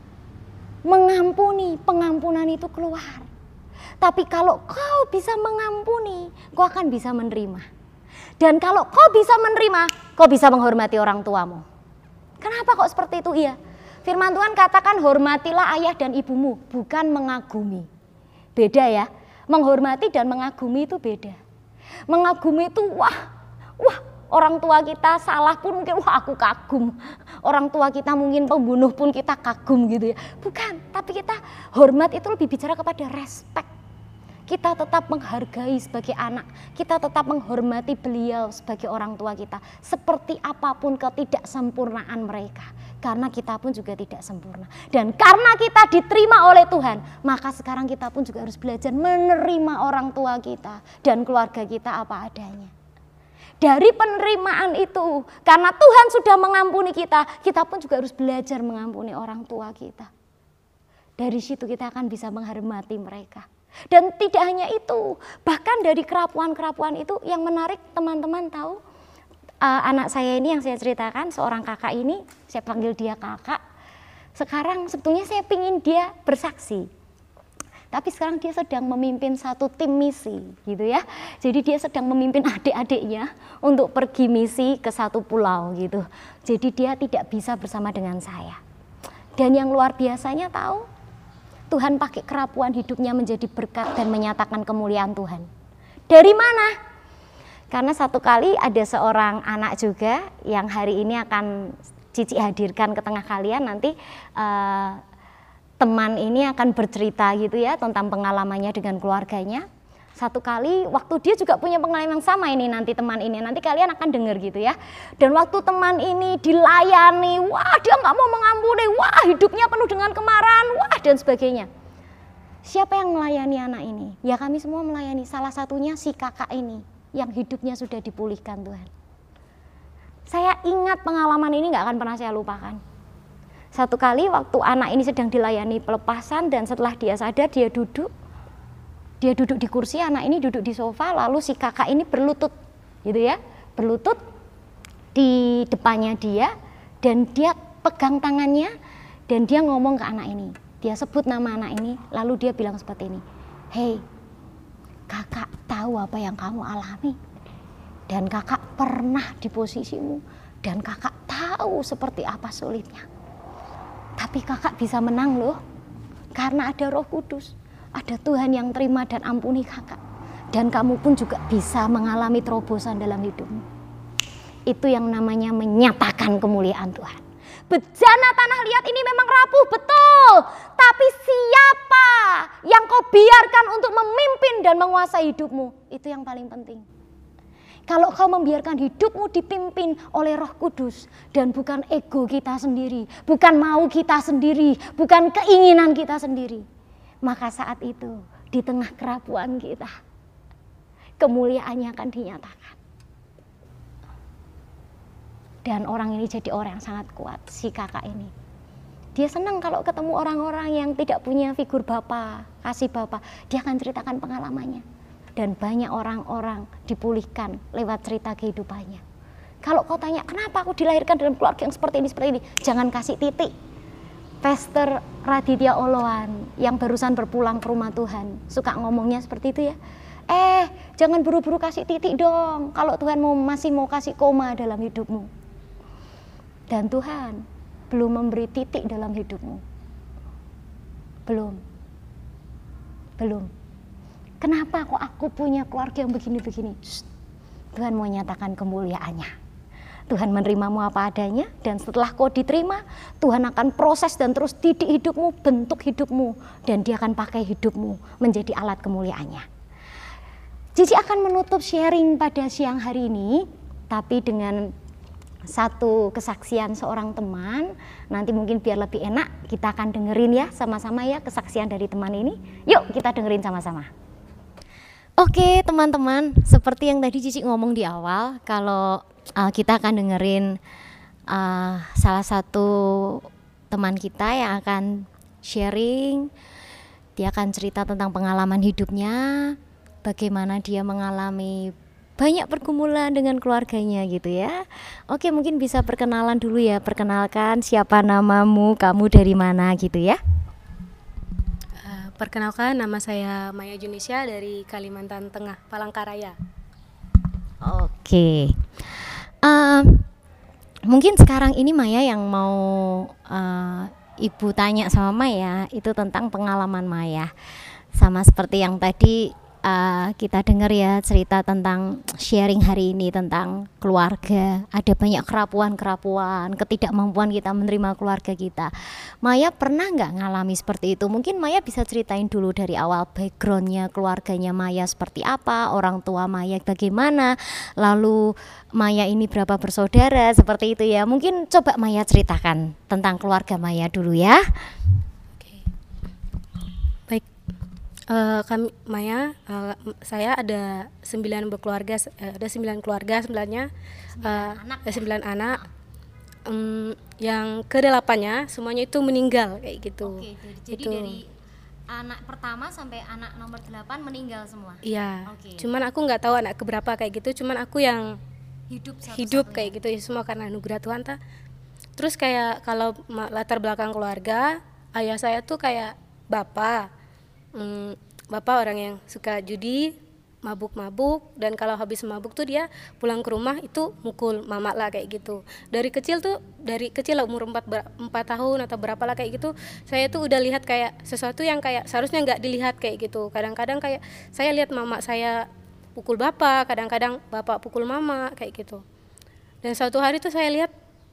mengampuni, pengampunan itu keluar. Tapi kalau kau bisa mengampuni, kau akan bisa menerima. Dan kalau kau bisa menerima, kau bisa menghormati orang tuamu. Kenapa kok seperti itu? Iya, firman Tuhan katakan hormatilah ayah dan ibumu, bukan mengagumi. Beda ya, menghormati dan mengagumi itu beda. Mengagumi itu wah, wah orang tua kita salah pun mungkin wah aku kagum. Orang tua kita mungkin pembunuh pun kita kagum gitu ya. Bukan, tapi kita hormat itu lebih bicara kepada respect. Kita tetap menghargai sebagai anak, kita tetap menghormati beliau sebagai orang tua kita. Seperti apapun ketidaksempurnaan mereka, karena kita pun juga tidak sempurna. Dan karena kita diterima oleh Tuhan, maka sekarang kita pun juga harus belajar menerima orang tua kita dan keluarga kita apa adanya. Dari penerimaan itu, karena Tuhan sudah mengampuni kita, kita pun juga harus belajar mengampuni orang tua kita. Dari situ kita akan bisa menghormati mereka. Dan tidak hanya itu, bahkan dari kerapuan-kerapuan itu yang menarik teman-teman tahu, uh, anak saya ini yang saya ceritakan, seorang kakak ini, saya panggil dia kakak. Sekarang sebetulnya saya pingin dia bersaksi. Tapi sekarang dia sedang memimpin satu tim misi gitu ya. Jadi dia sedang memimpin adik-adiknya untuk pergi misi ke satu pulau gitu. Jadi dia tidak bisa bersama dengan saya. Dan yang luar biasanya tahu, Tuhan pakai kerapuan hidupnya menjadi berkat dan menyatakan kemuliaan Tuhan. Dari mana? Karena satu kali ada seorang anak juga yang hari ini akan Cici hadirkan ke tengah kalian nanti. Uh, teman ini akan bercerita gitu ya tentang pengalamannya dengan keluarganya. Satu kali waktu dia juga punya pengalaman yang sama ini nanti teman ini, nanti kalian akan dengar gitu ya. Dan waktu teman ini dilayani, wah dia nggak mau mengampuni, wah hidupnya penuh dengan kemarahan, wah dan sebagainya. Siapa yang melayani anak ini? Ya kami semua melayani, salah satunya si kakak ini yang hidupnya sudah dipulihkan Tuhan. Saya ingat pengalaman ini nggak akan pernah saya lupakan. Satu kali waktu anak ini sedang dilayani pelepasan dan setelah dia sadar dia duduk. Dia duduk di kursi, anak ini duduk di sofa, lalu si kakak ini berlutut, gitu ya, berlutut di depannya dia, dan dia pegang tangannya, dan dia ngomong ke anak ini, dia sebut nama anak ini, lalu dia bilang seperti ini, hei, kakak tahu apa yang kamu alami, dan kakak pernah di posisimu, dan kakak tahu seperti apa sulitnya, tapi kakak bisa menang loh, karena ada Roh Kudus. Ada Tuhan yang terima dan ampuni kakak. Dan kamu pun juga bisa mengalami terobosan dalam hidupmu. Itu yang namanya menyatakan kemuliaan Tuhan. Bejana tanah liat ini memang rapuh, betul. Tapi siapa yang kau biarkan untuk memimpin dan menguasai hidupmu? Itu yang paling penting. Kalau kau membiarkan hidupmu dipimpin oleh Roh Kudus. Dan bukan ego kita sendiri. Bukan mau kita sendiri. Bukan keinginan kita sendiri. Maka saat itu di tengah kerapuan kita kemuliaannya akan dinyatakan. Dan orang ini jadi orang yang sangat kuat, si kakak ini. Dia senang kalau ketemu orang-orang yang tidak punya figur bapa, kasih bapa. Dia akan ceritakan pengalamannya. Dan banyak orang-orang dipulihkan lewat cerita kehidupannya. Kalau kau tanya kenapa aku dilahirkan dalam keluarga yang seperti ini, seperti ini, jangan kasih titik. Pastor Raditya Oloan yang barusan berpulang ke rumah Tuhan suka ngomongnya seperti itu ya. Eh jangan buru-buru kasih titik dong kalau Tuhan mau, masih mau kasih koma dalam hidupmu. Dan Tuhan belum memberi titik dalam hidupmu. Belum. Belum. Kenapa kok aku punya keluarga yang begini-begini? Tuhan mau nyatakan kemuliaannya. Tuhan menerimamu apa adanya, dan setelah kau diterima, Tuhan akan proses dan terus didik hidupmu, bentuk hidupmu, dan dia akan pakai hidupmu menjadi alat kemuliaannya. Cici akan menutup sharing pada siang hari ini, tapi dengan satu kesaksian seorang teman. Nanti mungkin biar lebih enak, kita akan dengerin ya sama-sama ya kesaksian dari teman ini. Yuk kita dengerin sama-sama. Oke teman-teman, seperti yang tadi Cici ngomong di awal, kalau uh, kita akan dengerin uh, salah satu teman kita yang akan sharing. Dia akan cerita tentang pengalaman hidupnya, bagaimana dia mengalami banyak pergumulan dengan keluarganya gitu ya. Oke, mungkin bisa perkenalan dulu ya, perkenalkan siapa namamu, kamu dari mana gitu ya. Perkenalkan, nama saya Maya Junisya dari Kalimantan Tengah, Palangkaraya. Oke, uh, mungkin sekarang ini Maya yang mau uh, Ibu tanya sama Maya itu tentang pengalaman Maya. Sama seperti yang tadi uh, kita dengar ya cerita tentang sharing hari ini tentang keluarga. Ada banyak kerapuan-kerapuan, ketidakmampuan kita menerima keluarga kita. Maya pernah nggak ngalami seperti itu? Mungkin Maya bisa ceritain dulu dari awal backgroundnya keluarganya Maya seperti apa, orang tua Maya bagaimana, lalu Maya ini berapa bersaudara seperti itu ya. Mungkin coba Maya ceritakan tentang keluarga Maya dulu ya. Uh, kami Maya, uh, saya ada sembilan berkeluarga, uh, ada sembilan keluarga sebenarnya, sembilan uh, anak, ya? sembilan anak. Um, yang kedelapannya semuanya itu meninggal kayak gitu. Oke, jadi itu. dari anak pertama sampai anak nomor delapan meninggal semua. Iya. Oke. Cuman aku nggak tahu anak keberapa kayak gitu. Cuman aku yang hidup hidup kayak gitu ya, semua karena anugerah Tuhan ta. Terus kayak kalau latar belakang keluarga, ayah saya tuh kayak bapak. Hmm, bapak orang yang suka judi, mabuk-mabuk, dan kalau habis mabuk tuh dia pulang ke rumah itu mukul mama lah kayak gitu. Dari kecil tuh, dari kecil lah umur empat tahun atau berapa lah kayak gitu, saya tuh udah lihat kayak sesuatu yang kayak seharusnya nggak dilihat kayak gitu. Kadang-kadang kayak saya lihat mama saya pukul bapak, kadang-kadang bapak pukul mama kayak gitu. Dan suatu hari tuh saya lihat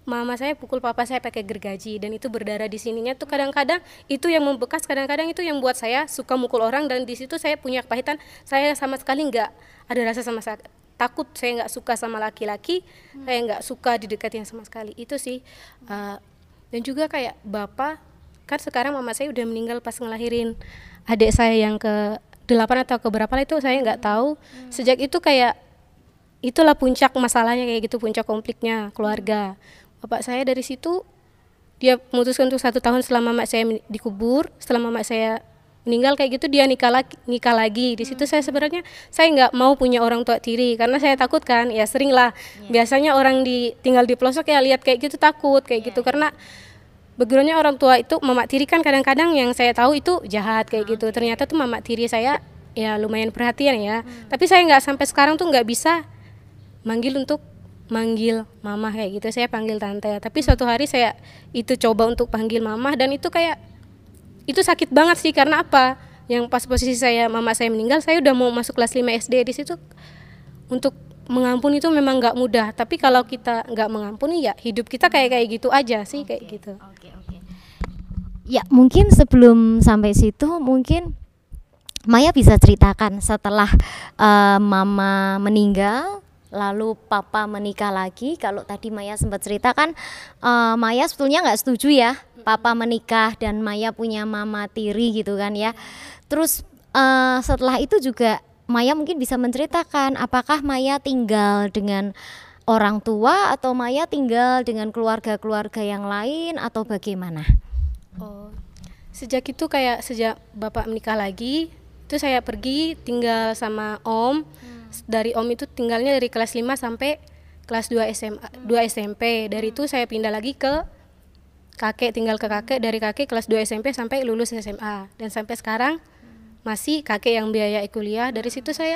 mama saya pukul papa saya pakai gergaji dan itu berdarah di sininya tuh kadang-kadang itu yang membekas, kadang-kadang itu yang buat saya suka mukul orang dan di situ saya punya kepahitan. Saya sama sekali nggak ada rasa sama sekali takut, saya nggak suka sama laki-laki, hmm. saya nggak suka didekatin sama sekali itu sih. Uh, dan juga kayak bapak kan sekarang mama saya udah meninggal pas ngelahirin adik saya yang ke delapan atau ke berapa itu saya nggak tahu. Hmm. Sejak itu kayak itulah puncak masalahnya kayak gitu, puncak konfliknya keluarga. Bapak saya dari situ dia memutuskan untuk satu tahun setelah mama saya dikubur, setelah mama saya meninggal kayak gitu dia nikah lagi, nikah lagi. Di situ hmm. saya sebenarnya saya nggak mau punya orang tua tiri karena saya takut kan, ya sering lah. Yeah. Biasanya orang di tinggal di pelosok ya lihat kayak gitu takut kayak yeah. gitu karena backgroundnya orang tua itu mama tiri kan kadang-kadang yang saya tahu itu jahat kayak hmm. gitu. Ternyata tuh mama tiri saya ya lumayan perhatian ya. Hmm. Tapi saya nggak sampai sekarang tuh nggak bisa manggil untuk manggil mama kayak gitu, saya panggil tante. Tapi suatu hari saya itu coba untuk panggil mama dan itu kayak itu sakit banget sih karena apa? Yang pas posisi saya mama saya meninggal, saya udah mau masuk kelas lima S D. Di situ untuk mengampuni itu memang nggak mudah. Tapi kalau kita nggak mengampuni ya hidup kita kayak kayak gitu aja sih okay, kayak gitu. Oke okay, oke. Okay. Ya mungkin sebelum sampai situ mungkin Maya bisa ceritakan setelah uh, mama meninggal. Lalu papa menikah lagi. Kalau tadi Maya sempat ceritakan uh, Maya sebetulnya nggak setuju ya papa menikah dan Maya punya mama tiri gitu kan ya. Terus uh, setelah itu juga Maya mungkin bisa menceritakan apakah Maya tinggal dengan orang tua atau Maya tinggal dengan keluarga-keluarga yang lain atau bagaimana? Oh, sejak itu kayak sejak bapak menikah lagi itu saya pergi tinggal sama om. Dari om itu tinggalnya dari kelas lima sampai kelas dua S M A, dua S M P. Dari itu saya pindah lagi ke kakek, tinggal ke kakek. Dari kakek kelas dua S M P sampai lulus S M A. Dan sampai sekarang masih kakek yang biayai kuliah. Dari situ saya,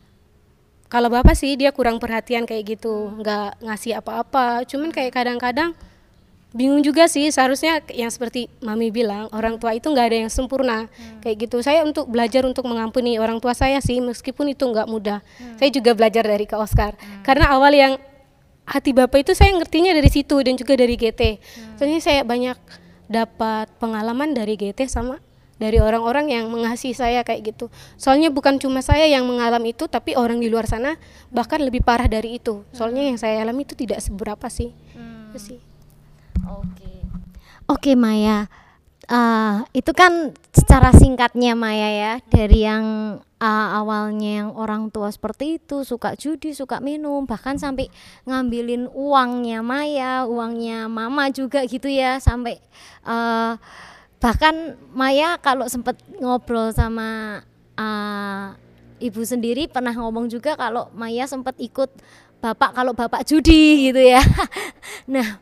kalau bapak sih dia kurang perhatian kayak gitu, nggak ngasih apa-apa. Cuman kayak kadang-kadang bingung juga sih, seharusnya yang seperti Mami bilang, orang tua itu nggak ada yang sempurna hmm. kayak gitu. Saya untuk belajar untuk mengampuni orang tua saya sih, meskipun itu nggak mudah. Hmm. Saya juga belajar dari Kak Oscar, hmm. karena awal yang hati bapak itu saya ngertinya dari situ dan juga dari G T. Hmm. Soalnya saya banyak dapat pengalaman dari G T sama dari orang-orang yang mengasihi saya kayak gitu. Soalnya bukan cuma saya yang mengalami itu, tapi orang di luar sana bahkan lebih parah dari itu. Soalnya hmm. yang saya alami itu tidak seberapa sih. Hmm. Itu sih. Oke, oke Maya, uh, itu kan secara singkatnya Maya ya, dari yang uh, awalnya yang orang tua seperti itu suka judi, suka minum, bahkan sampai ngambilin uangnya Maya, uangnya mama juga gitu ya, sampai uh, bahkan Maya kalau sempat ngobrol sama uh, ibu sendiri pernah ngomong juga kalau Maya sempat ikut bapak kalau bapak judi gitu ya. Nah,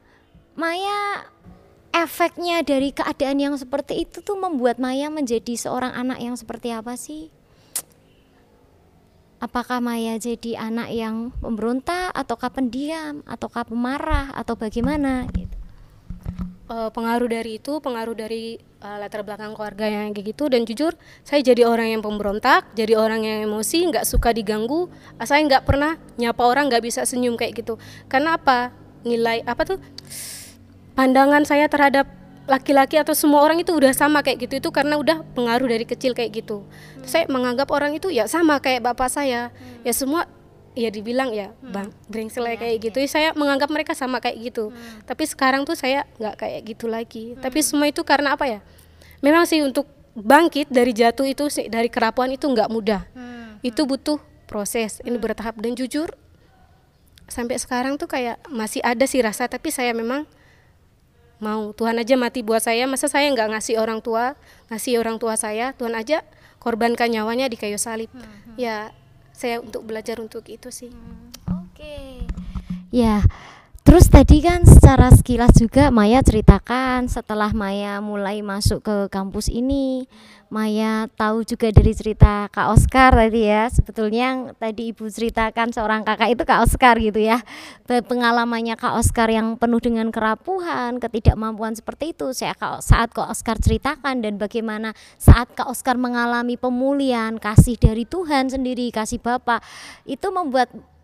Maya efeknya dari keadaan yang seperti itu tuh membuat Maya menjadi seorang anak yang seperti apa sih? Apakah Maya jadi anak yang pemberontak ataukah pendiam ataukah pemarah atau bagaimana gitu? Uh, pengaruh dari itu, pengaruh dari uh, latar belakang keluarga yang kayak gitu, dan jujur saya jadi orang yang pemberontak, jadi orang yang emosi, nggak suka diganggu, saya nggak pernah nyapa orang, nggak bisa senyum kayak gitu. Karena apa? Nilai apa tuh? Pandangan saya terhadap laki-laki atau semua orang itu udah sama kayak gitu, itu karena udah pengaruh dari kecil kayak gitu. Hmm. Saya menganggap orang itu ya sama kayak bapak saya, hmm. ya semua ya dibilang ya hmm. bang brengsel ya, kayak gitu. Ya. Saya menganggap mereka sama kayak gitu. Hmm. Tapi sekarang tuh saya nggak kayak gitu lagi. Hmm. Tapi semua itu karena apa ya? Memang sih untuk bangkit dari jatuh itu, dari kerapuan itu nggak mudah. Hmm. Itu butuh proses, ini hmm. bertahap, dan jujur sampai sekarang tuh kayak masih ada sih rasa, tapi saya memang mau Tuhan aja mati buat saya, masa saya nggak ngasih orang tua, ngasih orang tua saya, Tuhan aja korbankan nyawanya di kayu salib. Hmm, hmm. Ya saya untuk belajar untuk itu sih. Hmm, Oke. Okay. Ya, terus tadi kan secara sekilas juga Maya ceritakan setelah Maya mulai masuk ke kampus ini, Maya tahu juga dari cerita Kak Oscar tadi ya, sebetulnya yang tadi Ibu ceritakan seorang kakak itu Kak Oscar gitu ya, pengalamannya Kak Oscar yang penuh dengan kerapuhan, ketidakmampuan seperti itu. Saya saat Kak Oscar ceritakan dan bagaimana saat Kak Oscar mengalami pemulihan, kasih dari Tuhan sendiri, kasih Bapa, itu membuat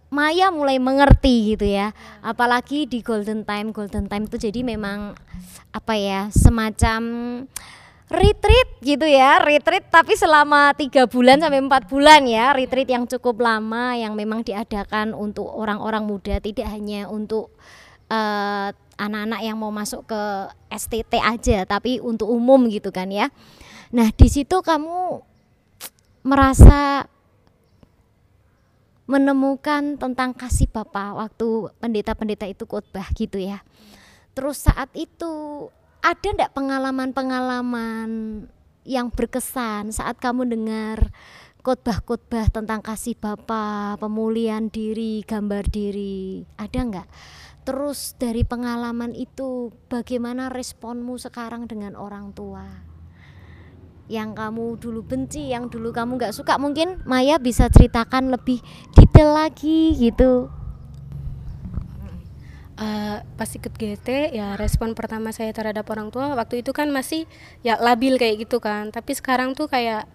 Maya mulai mengerti gitu ya. Apalagi di golden time, golden time itu jadi memang apa ya, semacam retreat gitu ya, retreat tapi selama tiga bulan sampai empat bulan ya, retreat yang cukup lama yang memang diadakan untuk orang-orang muda, tidak hanya untuk uh, anak-anak yang mau masuk ke S T T aja, tapi untuk umum gitu kan ya. Nah di situ kamu merasa menemukan tentang kasih Bapa waktu pendeta-pendeta itu khotbah gitu ya. Terus saat itu ada enggak pengalaman-pengalaman yang berkesan saat kamu dengar khotbah-khotbah tentang kasih Bapa, pemulihan diri, gambar diri, ada enggak? Terus dari pengalaman itu bagaimana responmu sekarang dengan orang tua? Yang kamu dulu benci, yang dulu kamu nggak suka, mungkin Maya bisa ceritakan lebih detail lagi gitu. Uh, pas ikut G T ya, respon pertama saya terhadap orang tua waktu itu kan masih ya labil kayak gitu kan, tapi sekarang tuh kayak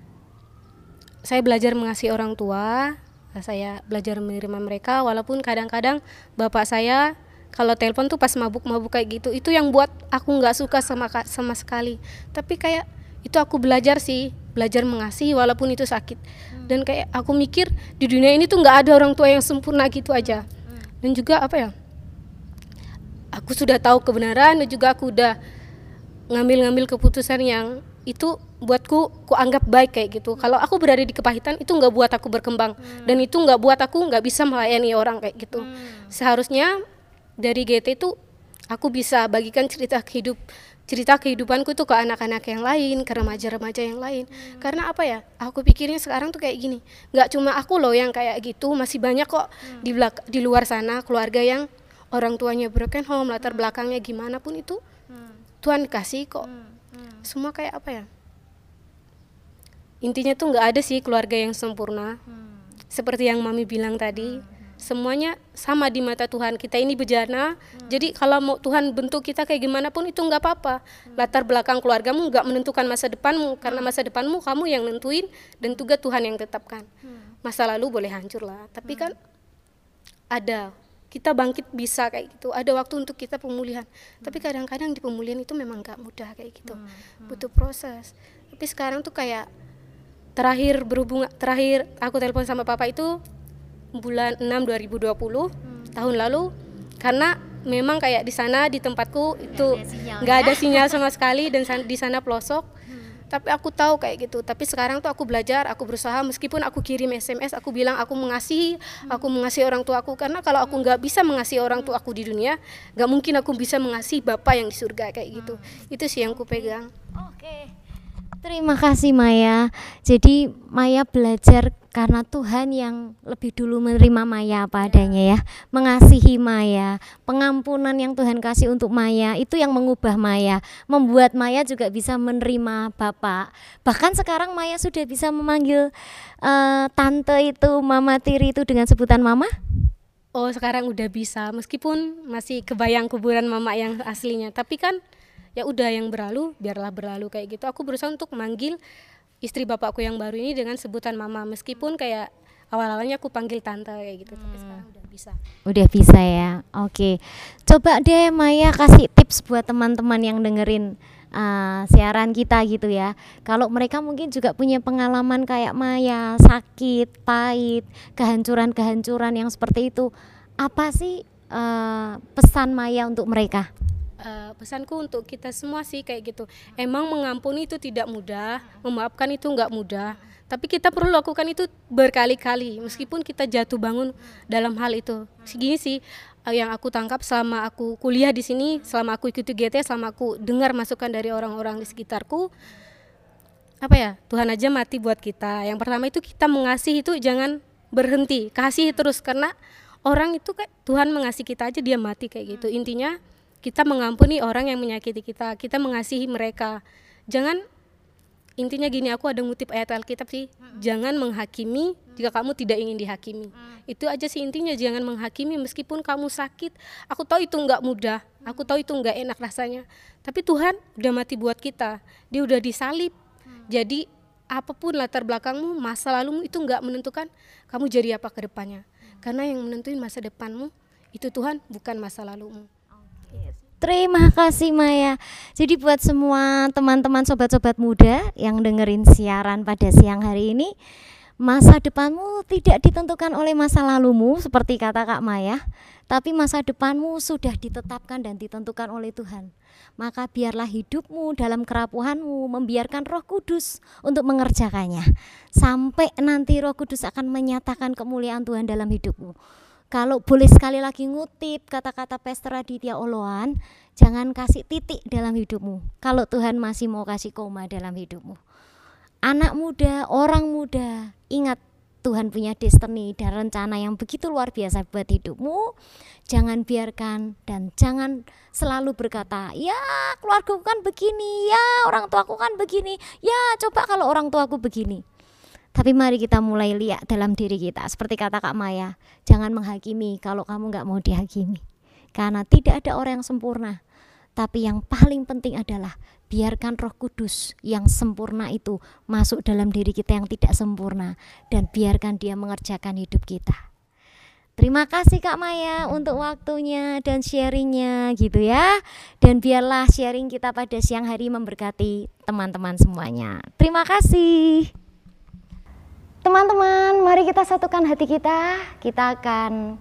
saya belajar mengasihi orang tua, saya belajar menerima mereka walaupun kadang-kadang bapak saya kalau telepon tuh pas mabuk-mabuk kayak gitu, itu yang buat aku nggak suka sama sama sekali. Tapi kayak itu aku belajar sih, belajar mengasihi walaupun itu sakit. hmm. Dan kayak aku mikir di dunia ini tuh nggak ada orang tua yang sempurna gitu aja. hmm. Dan juga apa ya, aku sudah tahu kebenaran dan juga aku udah ngambil-ngambil keputusan yang itu buatku ku anggap baik kayak gitu. Kalau aku berada di kepahitan itu nggak buat aku berkembang. hmm. Dan itu nggak buat aku nggak bisa melayani orang kayak gitu. hmm. Seharusnya dari G T itu aku bisa bagikan cerita hidup cerita kehidupanku tuh ke anak-anak yang lain, ke remaja-remaja yang lain. hmm. Karena apa ya, aku pikirnya sekarang tuh kayak gini, nggak cuma aku loh yang kayak gitu, masih banyak kok hmm. di belak- di luar sana keluarga yang orang tuanya broken home, latar hmm. belakangnya gimana pun itu hmm. Tuhan kasih kok. hmm. Hmm. Semua kayak apa ya, intinya tuh nggak ada sih keluarga yang sempurna. hmm. Seperti yang Mami bilang tadi, hmm. semuanya sama di mata Tuhan. Kita ini bejana, hmm. jadi kalau mau Tuhan bentuk kita kayak gimana pun itu nggak apa-apa. hmm. Latar belakang keluargamu nggak menentukan masa depanmu, karena masa depanmu kamu yang nentuin dan tugas Tuhan yang tetapkan. hmm. Masa lalu boleh hancur lah, tapi hmm. kan ada, kita bangkit bisa kayak gitu, ada waktu untuk kita pemulihan. hmm. Tapi kadang-kadang di pemulihan itu memang nggak mudah kayak gitu. hmm. Hmm. Butuh proses. Tapi sekarang tuh kayak terakhir berhubungan, terakhir aku telepon sama papa itu bulan enam dua ribu dua puluh, hmm. tahun lalu, karena memang kayak di sana di tempatku itu nggak ada, ya? ada sinyal sama sekali dan san- di sana pelosok. hmm. Tapi aku tahu kayak gitu. Tapi sekarang tuh aku belajar, aku berusaha, meskipun aku kirim S M S, aku bilang aku mengasihi, hmm. aku mengasihi orang tua aku, karena kalau aku nggak bisa mengasihi orang tua aku di dunia, nggak mungkin aku bisa mengasihi Bapa yang di surga kayak gitu. hmm. Itu sih yang aku pegang. Oke. Okay. Terima kasih Maya. Jadi Maya belajar karena Tuhan yang lebih dulu menerima Maya apa adanya ya, mengasihi Maya, pengampunan yang Tuhan kasih untuk Maya itu yang mengubah Maya, membuat Maya juga bisa menerima Bapak. Bahkan sekarang Maya sudah bisa memanggil uh, tante itu, Mama Tiri itu dengan sebutan Mama. Oh sekarang udah bisa, meskipun masih kebayang kuburan Mama yang aslinya, tapi kan ya udah yang berlalu biarlah berlalu kayak gitu. Aku berusaha untuk manggil istri bapakku yang baru ini dengan sebutan Mama, meskipun kayak awal-awalnya aku panggil tante kayak gitu. hmm. Tapi sekarang udah bisa. Udah bisa ya. Oke. Coba deh Maya kasih tips buat teman-teman yang dengerin uh, siaran kita gitu ya. Kalau mereka mungkin juga punya pengalaman kayak Maya, sakit, pahit, kehancuran-kehancuran yang seperti itu. Apa sih uh, pesan Maya untuk mereka? Uh, pesanku untuk kita semua sih kayak gitu. Emang mengampuni itu tidak mudah, memaafkan itu nggak mudah. Tapi kita perlu lakukan itu berkali-kali, meskipun kita jatuh bangun dalam hal itu. Segini sih uh, yang aku tangkap selama aku kuliah di sini, selama aku ikuti G T, selama aku dengar masukan dari orang-orang di sekitarku. Apa ya? Tuhan aja mati buat kita. Yang pertama itu kita mengasihi itu jangan berhenti, kasih terus, karena orang itu kayak Tuhan mengasihi kita aja dia mati kayak gitu. Intinya kita mengampuni orang yang menyakiti kita, kita mengasihi mereka. Jangan, intinya gini, aku ada ngutip ayat Alkitab sih, hmm. jangan menghakimi jika kamu tidak ingin dihakimi. Hmm. Itu aja sih intinya, jangan menghakimi meskipun kamu sakit. Aku tahu itu nggak mudah, aku tahu itu nggak enak rasanya. Tapi Tuhan udah mati buat kita, dia udah disalib. Hmm. Jadi apapun latar belakangmu, masa lalumu itu nggak menentukan kamu jadi apa ke depannya. Karena yang menentuin masa depanmu itu Tuhan, bukan masa lalumu. Terima kasih Maya. Jadi buat semua teman-teman sobat-sobat muda yang dengerin siaran pada siang hari ini, masa depanmu tidak ditentukan oleh masa lalumu seperti kata Kak Maya, tapi masa depanmu sudah ditetapkan dan ditentukan oleh Tuhan. Maka biarlah hidupmu dalam kerapuhanmu membiarkan Roh Kudus untuk mengerjakannya, sampai nanti Roh Kudus akan menyatakan kemuliaan Tuhan dalam hidupmu. Kalau boleh sekali lagi ngutip kata-kata Pastor Aditya Oloan, jangan kasih titik dalam hidupmu kalau Tuhan masih mau kasih koma dalam hidupmu. Anak muda, orang muda, ingat Tuhan punya destiny dan rencana yang begitu luar biasa buat hidupmu. Jangan biarkan dan jangan selalu berkata, ya keluargaku kan begini, ya orang tuaku kan begini, ya coba kalau orang tuaku begini. Tapi mari kita mulai lihat dalam diri kita. Seperti kata Kak Maya, jangan menghakimi kalau kamu gak mau dihakimi. Karena tidak ada orang yang sempurna. Tapi yang paling penting adalah biarkan Roh Kudus yang sempurna itu masuk dalam diri kita yang tidak sempurna. Dan biarkan dia mengerjakan hidup kita. Terima kasih Kak Maya untuk waktunya dan sharingnya gitu ya. Dan biarlah sharing kita pada siang hari memberkati teman-teman semuanya. Terima kasih. Teman-teman, mari kita satukan hati kita. Kita akan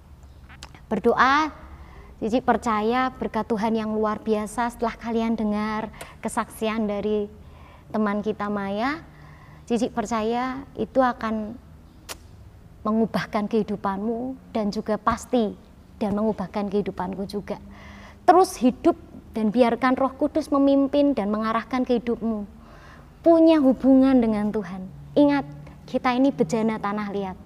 berdoa. Cici percaya berkat Tuhan yang luar biasa setelah kalian dengar kesaksian dari teman kita Maya. Cici percaya itu akan mengubahkan kehidupanmu dan juga pasti dan mengubahkan kehidupanku juga. Terus hidup dan biarkan Roh Kudus memimpin dan mengarahkan kehidupmu. Punya hubungan dengan Tuhan. Ingat, kita ini bejana tanah liat,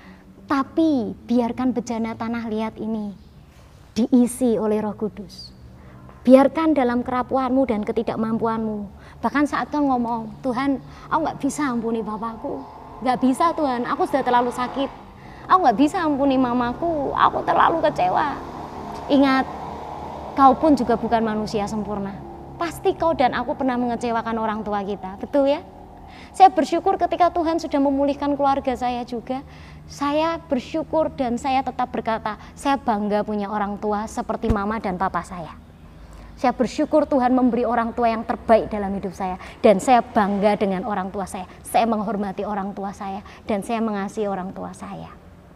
tapi biarkan bejana tanah liat ini diisi oleh Roh Kudus. Biarkan dalam kerapuanmu dan ketidakmampuanmu, bahkan saat kau ngomong, Tuhan aku gak bisa ampuni bapakku, gak bisa Tuhan, aku sudah terlalu sakit, aku gak bisa ampuni mamaku, aku terlalu kecewa. Ingat, kau pun juga bukan manusia sempurna. Pasti kau dan aku pernah mengecewakan orang tua kita, betul ya? Saya bersyukur ketika Tuhan sudah memulihkan keluarga saya juga. Saya bersyukur dan saya tetap berkata, saya bangga punya orang tua seperti mama dan papa saya. Saya bersyukur Tuhan memberi orang tua yang terbaik dalam hidup saya. Dan saya bangga dengan orang tua saya. Saya menghormati orang tua saya dan saya mengasihi orang tua saya.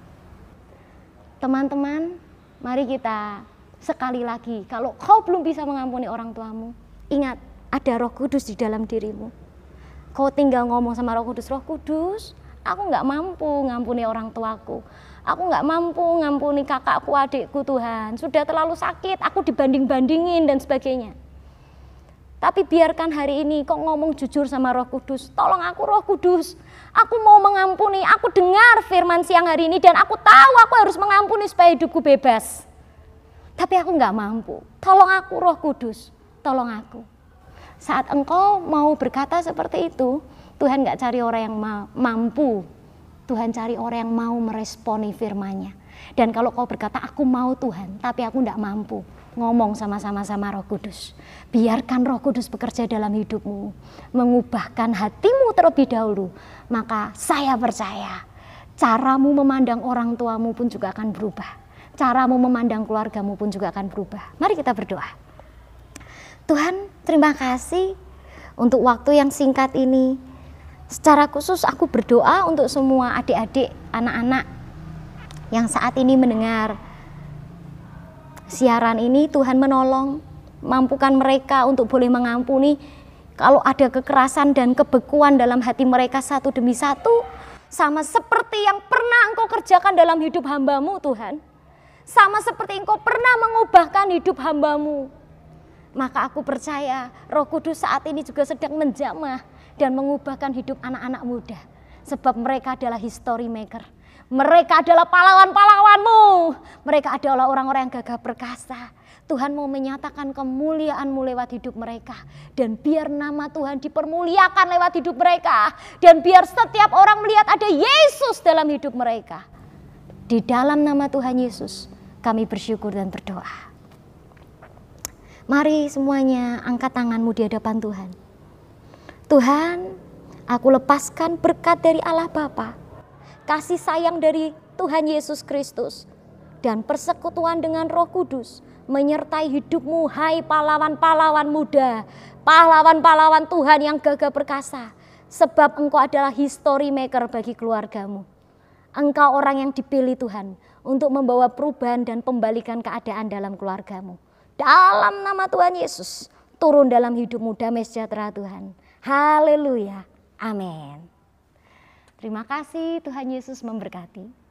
Teman-teman, mari kita sekali lagi, kalau kau belum bisa mengampuni orang tuamu, ingat ada Roh Kudus di dalam dirimu. Kau tinggal ngomong sama Roh Kudus, Roh Kudus, aku gak mampu ngampuni orang tuaku. Aku gak mampu ngampuni kakakku, adikku Tuhan. Sudah terlalu sakit, aku dibanding-bandingin dan sebagainya. Tapi biarkan hari ini kau ngomong jujur sama Roh Kudus. Tolong aku Roh Kudus, aku mau mengampuni. Aku dengar firman siang hari ini dan aku tahu aku harus mengampuni supaya hidupku bebas. Tapi aku gak mampu. Tolong aku Roh Kudus, tolong aku. Saat engkau mau berkata seperti itu, Tuhan gak cari orang yang ma- mampu. Tuhan cari orang yang mau meresponi firman-Nya. Dan kalau kau berkata, aku mau Tuhan, tapi aku gak mampu. Ngomong sama-sama sama Roh Kudus. Biarkan Roh Kudus bekerja dalam hidupmu. Mengubahkan hatimu terlebih dahulu. Maka saya percaya, caramu memandang orang tuamu pun juga akan berubah. Caramu memandang keluargamu pun juga akan berubah. Mari kita berdoa. Tuhan, terima kasih untuk waktu yang singkat ini. Secara khusus aku berdoa untuk semua adik-adik, anak-anak yang saat ini mendengar siaran ini. Tuhan menolong, mampukan mereka untuk boleh mengampuni kalau ada kekerasan dan kebekuan dalam hati mereka satu demi satu. Sama seperti yang pernah Engkau kerjakan dalam hidup hamba-Mu Tuhan. Sama seperti Engkau pernah mengubahkan hidup hamba-Mu. Maka aku percaya Roh Kudus saat ini juga sedang menjamah dan mengubahkan hidup anak-anak muda. Sebab mereka adalah history maker. Mereka adalah pahlawan-pahlawanmu. Mereka adalah orang-orang yang gagah perkasa. Tuhan mau menyatakan kemuliaan-Mu lewat hidup mereka. Dan biar nama Tuhan dipermuliakan lewat hidup mereka. Dan biar setiap orang melihat ada Yesus dalam hidup mereka. Di dalam nama Tuhan Yesus kami bersyukur dan berdoa. Mari semuanya angkat tanganmu di hadapan Tuhan. Tuhan, Aku lepaskan berkat dari Allah Bapa, kasih sayang dari Tuhan Yesus Kristus, dan persekutuan dengan Roh Kudus menyertai hidupmu, hai pahlawan-pahlawan muda, pahlawan-pahlawan Tuhan yang gagah perkasa, sebab engkau adalah history maker bagi keluargamu. Engkau orang yang dipilih Tuhan untuk membawa perubahan dan pembalikan keadaan dalam keluargamu. Dalam nama Tuhan Yesus, turun dalam hidupmu damai sejahtera Tuhan. Haleluya. Amin. Terima kasih, Tuhan Yesus memberkati.